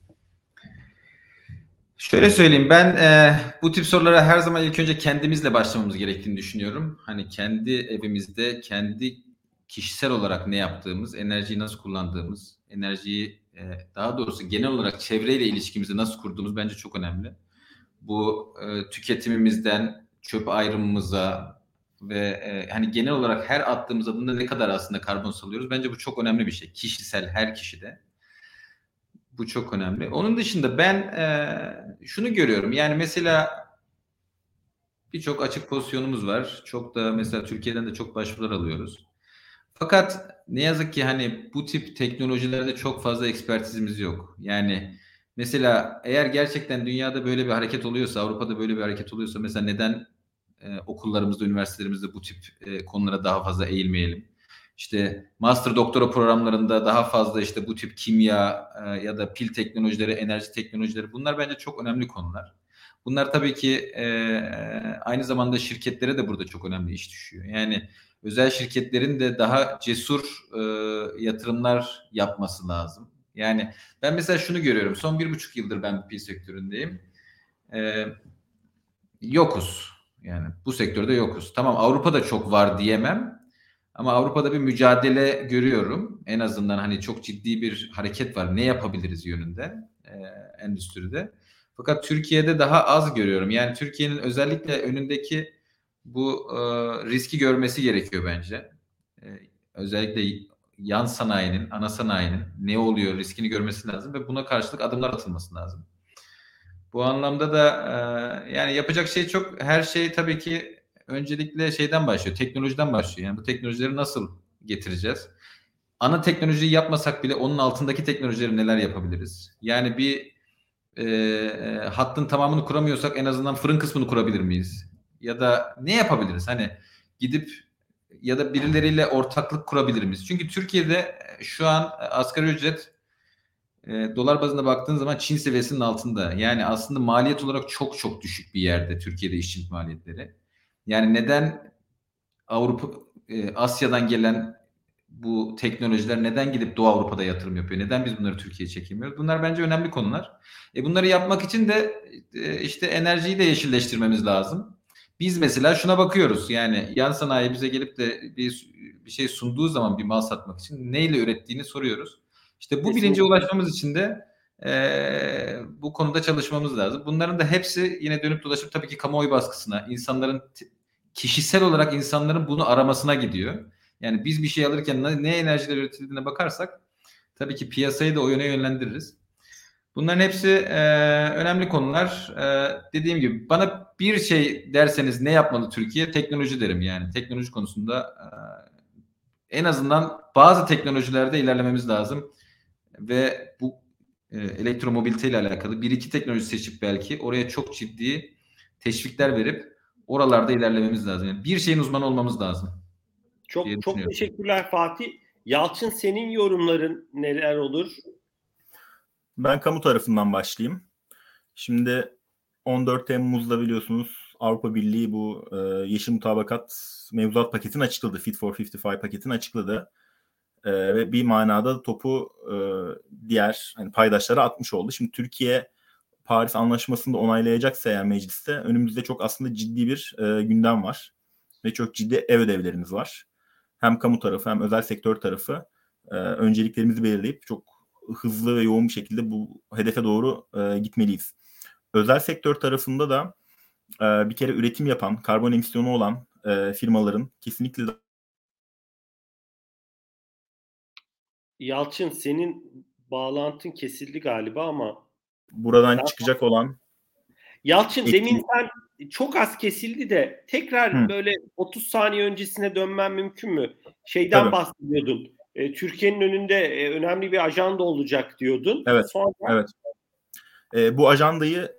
Şöyle söyleyeyim, ben e, bu tip sorulara her zaman ilk önce kendimizle başlamamız gerektiğini düşünüyorum. Hani kendi evimizde, kendi kişisel olarak ne yaptığımız, enerjiyi nasıl kullandığımız, enerjiyi e, daha doğrusu genel olarak çevreyle ilişkimizi nasıl kurduğumuz bence çok önemli. Bu e, tüketimimizden çöp ayrımımıza ve e, hani genel olarak her attığımız adımda ne kadar aslında karbon salıyoruz, bence bu çok önemli bir şey. Kişisel, her kişide. Bu çok önemli. Onun dışında ben e, şunu görüyorum. Yani mesela birçok açık pozisyonumuz var. Çok da mesela Türkiye'den de çok başvurular alıyoruz. Fakat ne yazık ki hani bu tip teknolojilerde çok fazla ekspertizimiz yok. Yani mesela eğer gerçekten dünyada böyle bir hareket oluyorsa, Avrupa'da böyle bir hareket oluyorsa mesela neden e, okullarımızda, üniversitelerimizde bu tip e, konulara daha fazla eğilmeyelim? İşte master doktora programlarında daha fazla işte bu tip kimya e, ya da pil teknolojileri, enerji teknolojileri, bunlar bence çok önemli konular. Bunlar tabii ki e, aynı zamanda şirketlere de burada çok önemli iş düşüyor. Yani özel şirketlerin de daha cesur e, yatırımlar yapması lazım. Yani ben mesela şunu görüyorum. Son bir buçuk yıldır ben pil sektöründeyim. E, yokuz. Yani bu sektörde yokuz. Tamam, Avrupa'da çok var diyemem. Ama Avrupa'da bir mücadele görüyorum. En azından hani çok ciddi bir hareket var. Ne yapabiliriz yönünde e, endüstride. Fakat Türkiye'de daha az görüyorum. Yani Türkiye'nin özellikle önündeki bu e, riski görmesi gerekiyor bence. E, özellikle yan sanayinin, ana sanayinin ne oluyor riskini görmesi lazım ve buna karşılık adımlar atılması lazım. Bu anlamda da e, yani yapacak şey çok. Her şey tabii ki öncelikle şeyden başlıyor, teknolojiden başlıyor. Yani bu teknolojileri nasıl getireceğiz? Ana teknolojiyi yapmasak bile onun altındaki teknolojileri neler yapabiliriz? Yani bir e, e, hattın tamamını kuramıyorsak en azından fırın kısmını kurabilir miyiz? Ya da ne yapabiliriz? Hani gidip ya da birileriyle ortaklık kurabilir miyiz? Çünkü Türkiye'de şu an asgari ücret e, dolar bazında baktığın zaman Çin seviyesinin altında. Yani aslında maliyet olarak çok çok düşük bir yerde Türkiye'de işçilik maliyetleri. Yani neden Avrupa, e, Asya'dan gelen bu teknolojiler neden gidip Doğu Avrupa'da yatırım yapıyor? Neden biz bunları Türkiye'ye çekemiyoruz? Bunlar bence önemli konular. E bunları yapmak için de e, işte enerjiyi de yeşilleştirmemiz lazım. Biz mesela şuna bakıyoruz. Yani yan sanayi bize gelip de bir, bir şey sunduğu zaman bir mal satmak için neyle ürettiğini soruyoruz. İşte bu bilince Kesinlikle. ulaşmamız için de e, bu konuda çalışmamız lazım. Bunların da hepsi yine dönüp dolaşıp tabii ki kamuoyu baskısına, insanların kişisel olarak insanların bunu aramasına gidiyor. Yani biz bir şey alırken ne, ne enerjiler üretildiğine bakarsak tabii ki piyasayı da o yöne yönlendiririz. Bunların hepsi e, önemli konular. E, dediğim gibi bana bir şey derseniz ne yapmalı Türkiye? Teknoloji derim yani. Teknoloji konusunda e, en azından bazı teknolojilerde ilerlememiz lazım. Ve bu e, elektromobilite ile alakalı bir iki teknoloji seçip belki oraya çok ciddi teşvikler verip oralarda ilerlememiz lazım. Yani bir şeyin uzmanı olmamız lazım diye Çok çok düşünüyorum. teşekkürler Fatih. Yalçın, senin yorumların neler olur? Ben kamu tarafından başlayayım. Şimdi on dört Temmuz'da biliyorsunuz Avrupa Birliği bu e, Yeşil Mutabakat mevzuat paketini açıkladı. Fit for elli beş paketini açıkladı. E, ve bir manada topu e, diğer hani paydaşlara atmış oldu. Şimdi Türkiye Paris Anlaşması'nı da onaylayacaksa eğer mecliste önümüzde çok aslında ciddi bir e, gündem var. Ve çok ciddi ev ödevlerimiz var. Hem kamu tarafı hem özel sektör tarafı e, önceliklerimizi belirleyip çok hızlı ve yoğun bir şekilde bu hedefe doğru e, gitmeliyiz. Özel sektör tarafında da e, bir kere üretim yapan, karbon emisyonu olan e, firmaların kesinlikle Yalçın, senin bağlantın kesildi galiba ama buradan ben... çıkacak olan Yalçın, demin etki... sen çok az kesildi de tekrar Hı, böyle otuz saniye öncesine dönmen mümkün mü? Şeyden tabii. bahsediyordun. E, Türkiye'nin önünde e, önemli bir ajanda olacak diyordun. Evet. Sonra Evet. E, bu ajandayı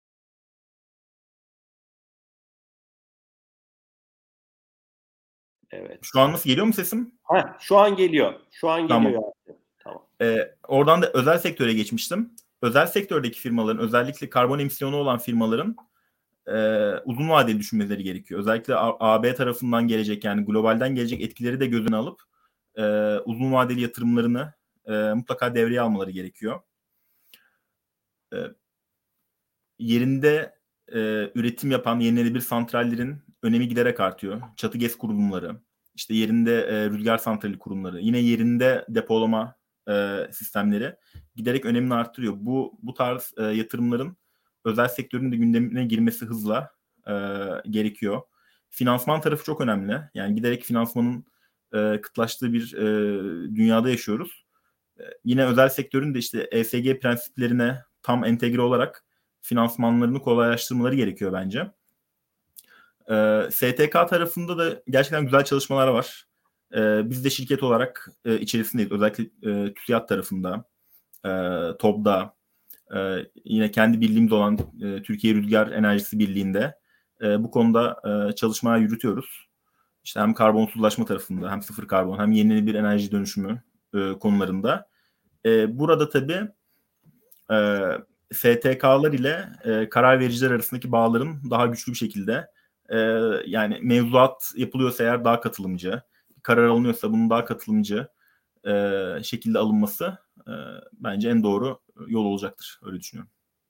evet. şu an nasıl geliyor mu sesim? Ha, şu an geliyor. Şu an geliyor Tamam. Yalçın. Tamam. E, oradan da özel sektöre geçmiştim. Özel sektördeki firmaların, özellikle karbon emisyonu olan firmaların e, uzun vadeli düşünmeleri gerekiyor. Özellikle A B tarafından gelecek, yani globalden gelecek etkileri de gözüne alıp e, uzun vadeli yatırımlarını e, mutlaka devreye almaları gerekiyor. E, yerinde e, üretim yapan yenilenebilir santrallerin önemi giderek artıyor. Çatı GES kurulumları, işte yerinde e, rüzgar santrali kurumları, yine yerinde depolama e, sistemleri giderek önemini arttırıyor. Bu bu tarz e, yatırımların özel sektörün de gündemine girmesi hızla e, gerekiyor. Finansman tarafı çok önemli. Yani giderek finansmanın e, kıtlaştığı bir e, dünyada yaşıyoruz. E, yine özel sektörün de işte E S G prensiplerine tam entegre olarak finansmanlarını kolaylaştırmaları gerekiyor bence. E, S T K tarafında da gerçekten güzel çalışmalar var. E, biz de şirket olarak e, içerisindeyiz. Özellikle e, TÜSİAD tarafında, e, TOB'da, e, yine kendi birliğimiz olan e, Türkiye Rüzgar Enerjisi Birliği'nde e, bu konuda e, çalışmalar yürütüyoruz. İşte hem karbonsuzlaşma tarafında, hem sıfır karbon, hem yenilenebilir enerji dönüşümü e, konularında. E, burada tabii e, S T K'lar ile e, karar vericiler arasındaki bağların daha güçlü bir şekilde, e, yani mevzuat yapılıyorsa eğer daha katılımcı, karar alınıyorsa bunun daha katılımcı e, şekilde alınması e, bence en doğru yol olacaktır. Öyle düşünüyorum.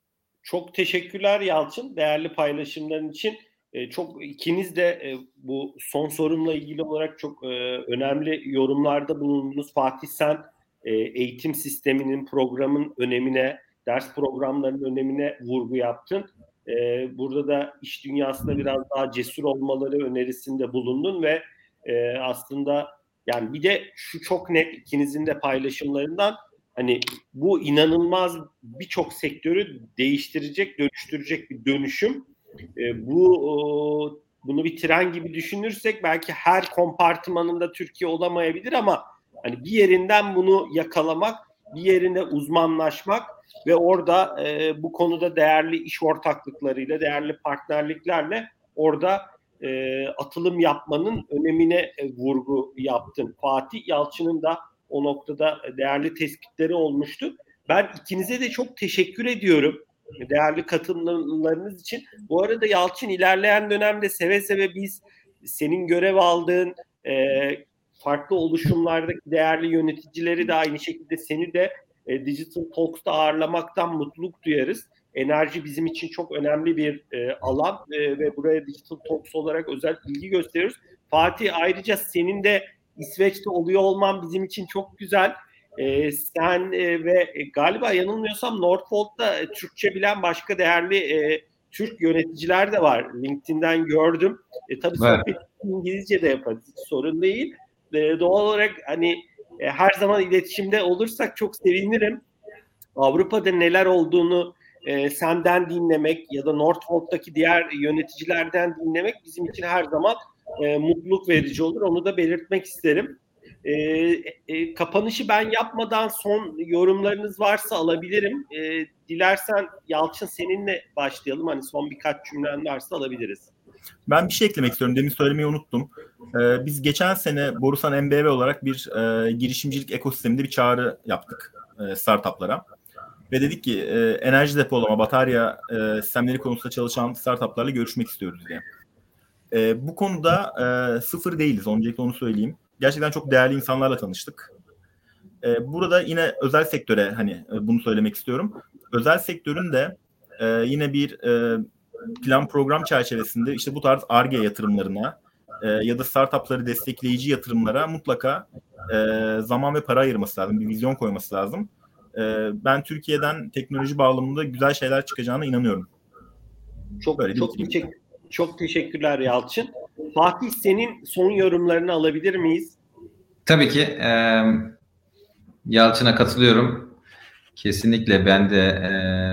Çok teşekkürler Yalçın, değerli paylaşımların için. E, çok ikiniz de e, bu son sorumla ilgili olarak çok e, önemli yorumlarda bulundunuz. Fatih, sen e, eğitim sisteminin, programın önemine, ders programlarının önemine vurgu yaptın. E, burada da iş dünyasında biraz daha cesur olmaları önerisinde bulundun ve e, aslında yani bir de şu çok net ikinizin de paylaşımlarından, hani bu inanılmaz birçok sektörü değiştirecek, dönüştürecek bir dönüşüm. E, bu o, bunu bir tren gibi düşünürsek belki her kompartımanında Türkiye olamayabilir ama hani bir yerinden bunu yakalamak, bir yerinde uzmanlaşmak ve orada e, bu konuda değerli iş ortaklıklarıyla, değerli partnerliklerle orada e, atılım yapmanın önemine e, vurgu yaptın. Fatih, Yalçın'ın da o noktada değerli tespitleri olmuştu. Ben ikinize de çok teşekkür ediyorum değerli katılımlarınız için. Bu arada Yalçın, ilerleyen dönemde seve seve biz senin görev aldığın e, farklı oluşumlardaki değerli yöneticileri de aynı şekilde seni de e, Digital Talks'ta ağırlamaktan mutluluk duyarız. Enerji bizim için çok önemli bir e, alan e, ve buraya Digital Talks olarak özel ilgi gösteriyoruz. Fatih, ayrıca senin de İsveç'te oluyor olman bizim için çok güzel. Ee, sen e, ve e, galiba yanılmıyorsam Northvolt'ta e, Türkçe bilen başka değerli e, Türk yöneticiler de var. LinkedIn'den gördüm. E, tabii sohbet İngilizce de yaparız. Hiç sorun değil. E, doğal olarak hani e, her zaman iletişimde olursak çok sevinirim. Avrupa'da neler olduğunu e, senden dinlemek ya da Northvolt'taki diğer yöneticilerden dinlemek bizim için her zaman e, mutluluk verici olur. Onu da belirtmek isterim. E, e, kapanışı ben yapmadan son yorumlarınız varsa alabilirim. E, dilersen Yalçın, seninle başlayalım. Hani son birkaç cümlen varsa alabiliriz. Ben bir şey eklemek istiyorum. Demin söylemeyi unuttum. Ee, biz geçen sene Borusan M B V olarak bir e, girişimcilik ekosisteminde bir çağrı yaptık e, startuplara. Ve dedik ki e, enerji depolama, batarya e, sistemleri konusunda çalışan startuplarla görüşmek istiyoruz diye. E, bu konuda e, sıfır değiliz. Öncelikle onu söyleyeyim. Gerçekten çok değerli insanlarla tanıştık. E, burada yine özel sektöre hani e, bunu söylemek istiyorum. Özel sektörün de e, yine bir e, plan program çerçevesinde işte bu tarz Ar-Ge yatırımlarına e, ya da startupları destekleyici yatırımlara mutlaka e, zaman ve para ayırması lazım. Bir vizyon koyması lazım. E, ben Türkiye'den teknoloji bağlamında güzel şeyler çıkacağına inanıyorum. Çok Böyle çok teşekkür, çok teşekkürler Yalçın. Fatih, senin son yorumlarını alabilir miyiz? Tabii ki. E, Yalçın'a katılıyorum. Kesinlikle ben de e,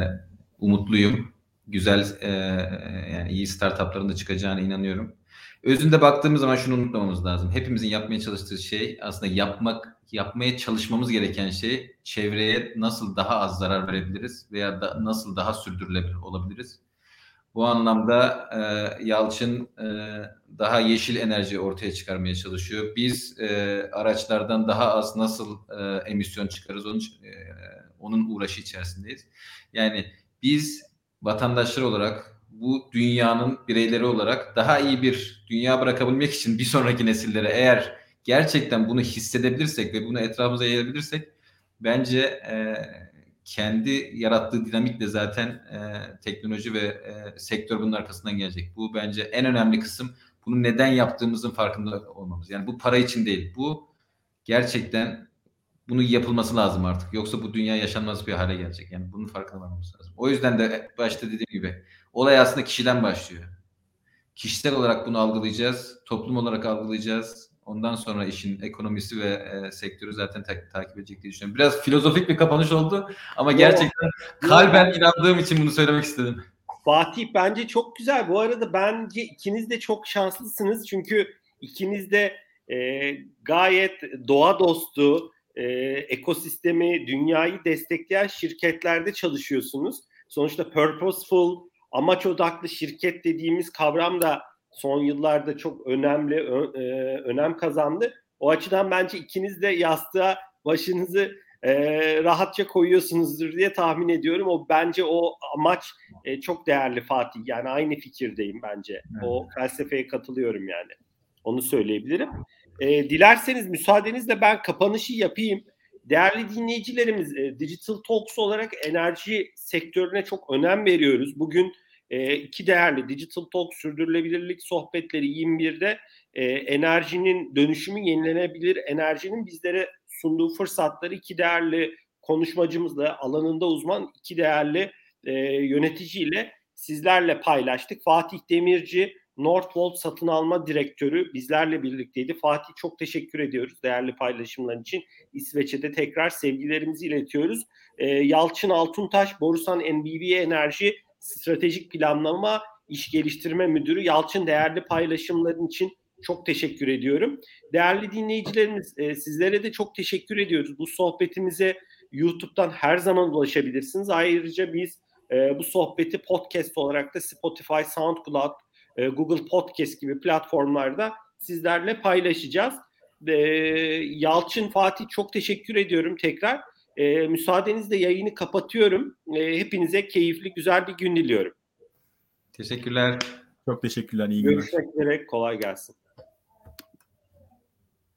umutluyum. Güzel, e, yani iyi startupların da çıkacağına inanıyorum. Özünde baktığımız zaman şunu unutmamamız lazım. Hepimizin yapmaya çalıştığı şey, aslında yapmak, yapmaya çalışmamız gereken şey, çevreye nasıl daha az zarar verebiliriz veya da, nasıl daha sürdürülebilir olabiliriz. Bu anlamda e, Yalçın e, daha yeşil enerji ortaya çıkarmaya çalışıyor. Biz e, araçlardan daha az nasıl e, emisyon çıkarırız, onun, e, onun uğraşı içerisindeyiz. Yani biz vatandaşlar olarak, bu dünyanın bireyleri olarak daha iyi bir dünya bırakabilmek için bir sonraki nesillere eğer gerçekten bunu hissedebilirsek ve bunu etrafımıza yayabilirsek, bence e, kendi yarattığı dinamikle zaten e, teknoloji ve e, sektör bunun arkasından gelecek. Bu bence en önemli kısım. Bunu neden yaptığımızın farkında olmamız. Yani bu para için değil. Bu gerçekten bunun yapılması lazım artık. Yoksa bu dünya yaşanmaz bir hale gelecek. Yani bunun farkında olmamız lazım. O yüzden de başta dediğim gibi olay aslında kişiden başlıyor. Kişisel olarak bunu algılayacağız. Toplum olarak algılayacağız. Ondan sonra işin ekonomisi ve e, sektörü zaten ta- takip edecek diye düşünüyorum. Biraz filozofik bir kapanış oldu ama gerçekten yo, kalben yo. inandığım için bunu söylemek istedim. Fatih, bence çok güzel. Bu arada bence ikiniz de çok şanslısınız. Çünkü ikiniz de e, gayet doğa dostu, e, ekosistemi, dünyayı destekleyen şirketlerde çalışıyorsunuz. Sonuçta purposeful, amaç odaklı şirket dediğimiz kavram da son yıllarda çok önemli, ö, e, önem kazandı. O açıdan bence ikiniz de yastığa başınızı e, rahatça koyuyorsunuzdur diye tahmin ediyorum. O bence o amaç e, çok değerli Fatih. Yani aynı fikirdeyim bence. Evet. O felsefeye katılıyorum yani. Onu söyleyebilirim. E, dilerseniz müsaadenizle ben kapanışı yapayım. Değerli dinleyicilerimiz, e, Digital Talks olarak enerji sektörüne çok önem veriyoruz. Bugün e, iki değerli Digital Talks sürdürülebilirlik sohbetleri yirmi birde e, enerjinin dönüşümü, yenilenebilir enerjinin bizlere sunduğu fırsatları iki değerli konuşmacımızla, alanında uzman iki değerli e, yöneticiyle sizlerle paylaştık. Fatih Demirci, Northvolt satın alma direktörü bizlerle birlikteydi. Fatih, çok teşekkür ediyoruz değerli paylaşımların için. İsveç'e de tekrar sevgilerimizi iletiyoruz. Ee, Yalçın Altuntaş, Borusan N B V Enerji Stratejik Planlama İş Geliştirme Müdürü. Yalçın, değerli paylaşımların için çok teşekkür ediyorum. Değerli dinleyicilerimiz, e, sizlere de çok teşekkür ediyoruz. Bu sohbetimize YouTube'dan her zaman ulaşabilirsiniz. Ayrıca biz e, bu sohbeti podcast olarak da Spotify, SoundCloud, e, Google Podcast gibi platformlarda sizlerle paylaşacağız. E, Yalçın, Fatih, çok teşekkür ediyorum tekrar. E, müsaadenizle yayını kapatıyorum. E, hepinize keyifli, güzel bir gün diliyorum. Teşekkürler. Çok teşekkürler. İyi günler. Görüşmek üzere. Kolay gelsin.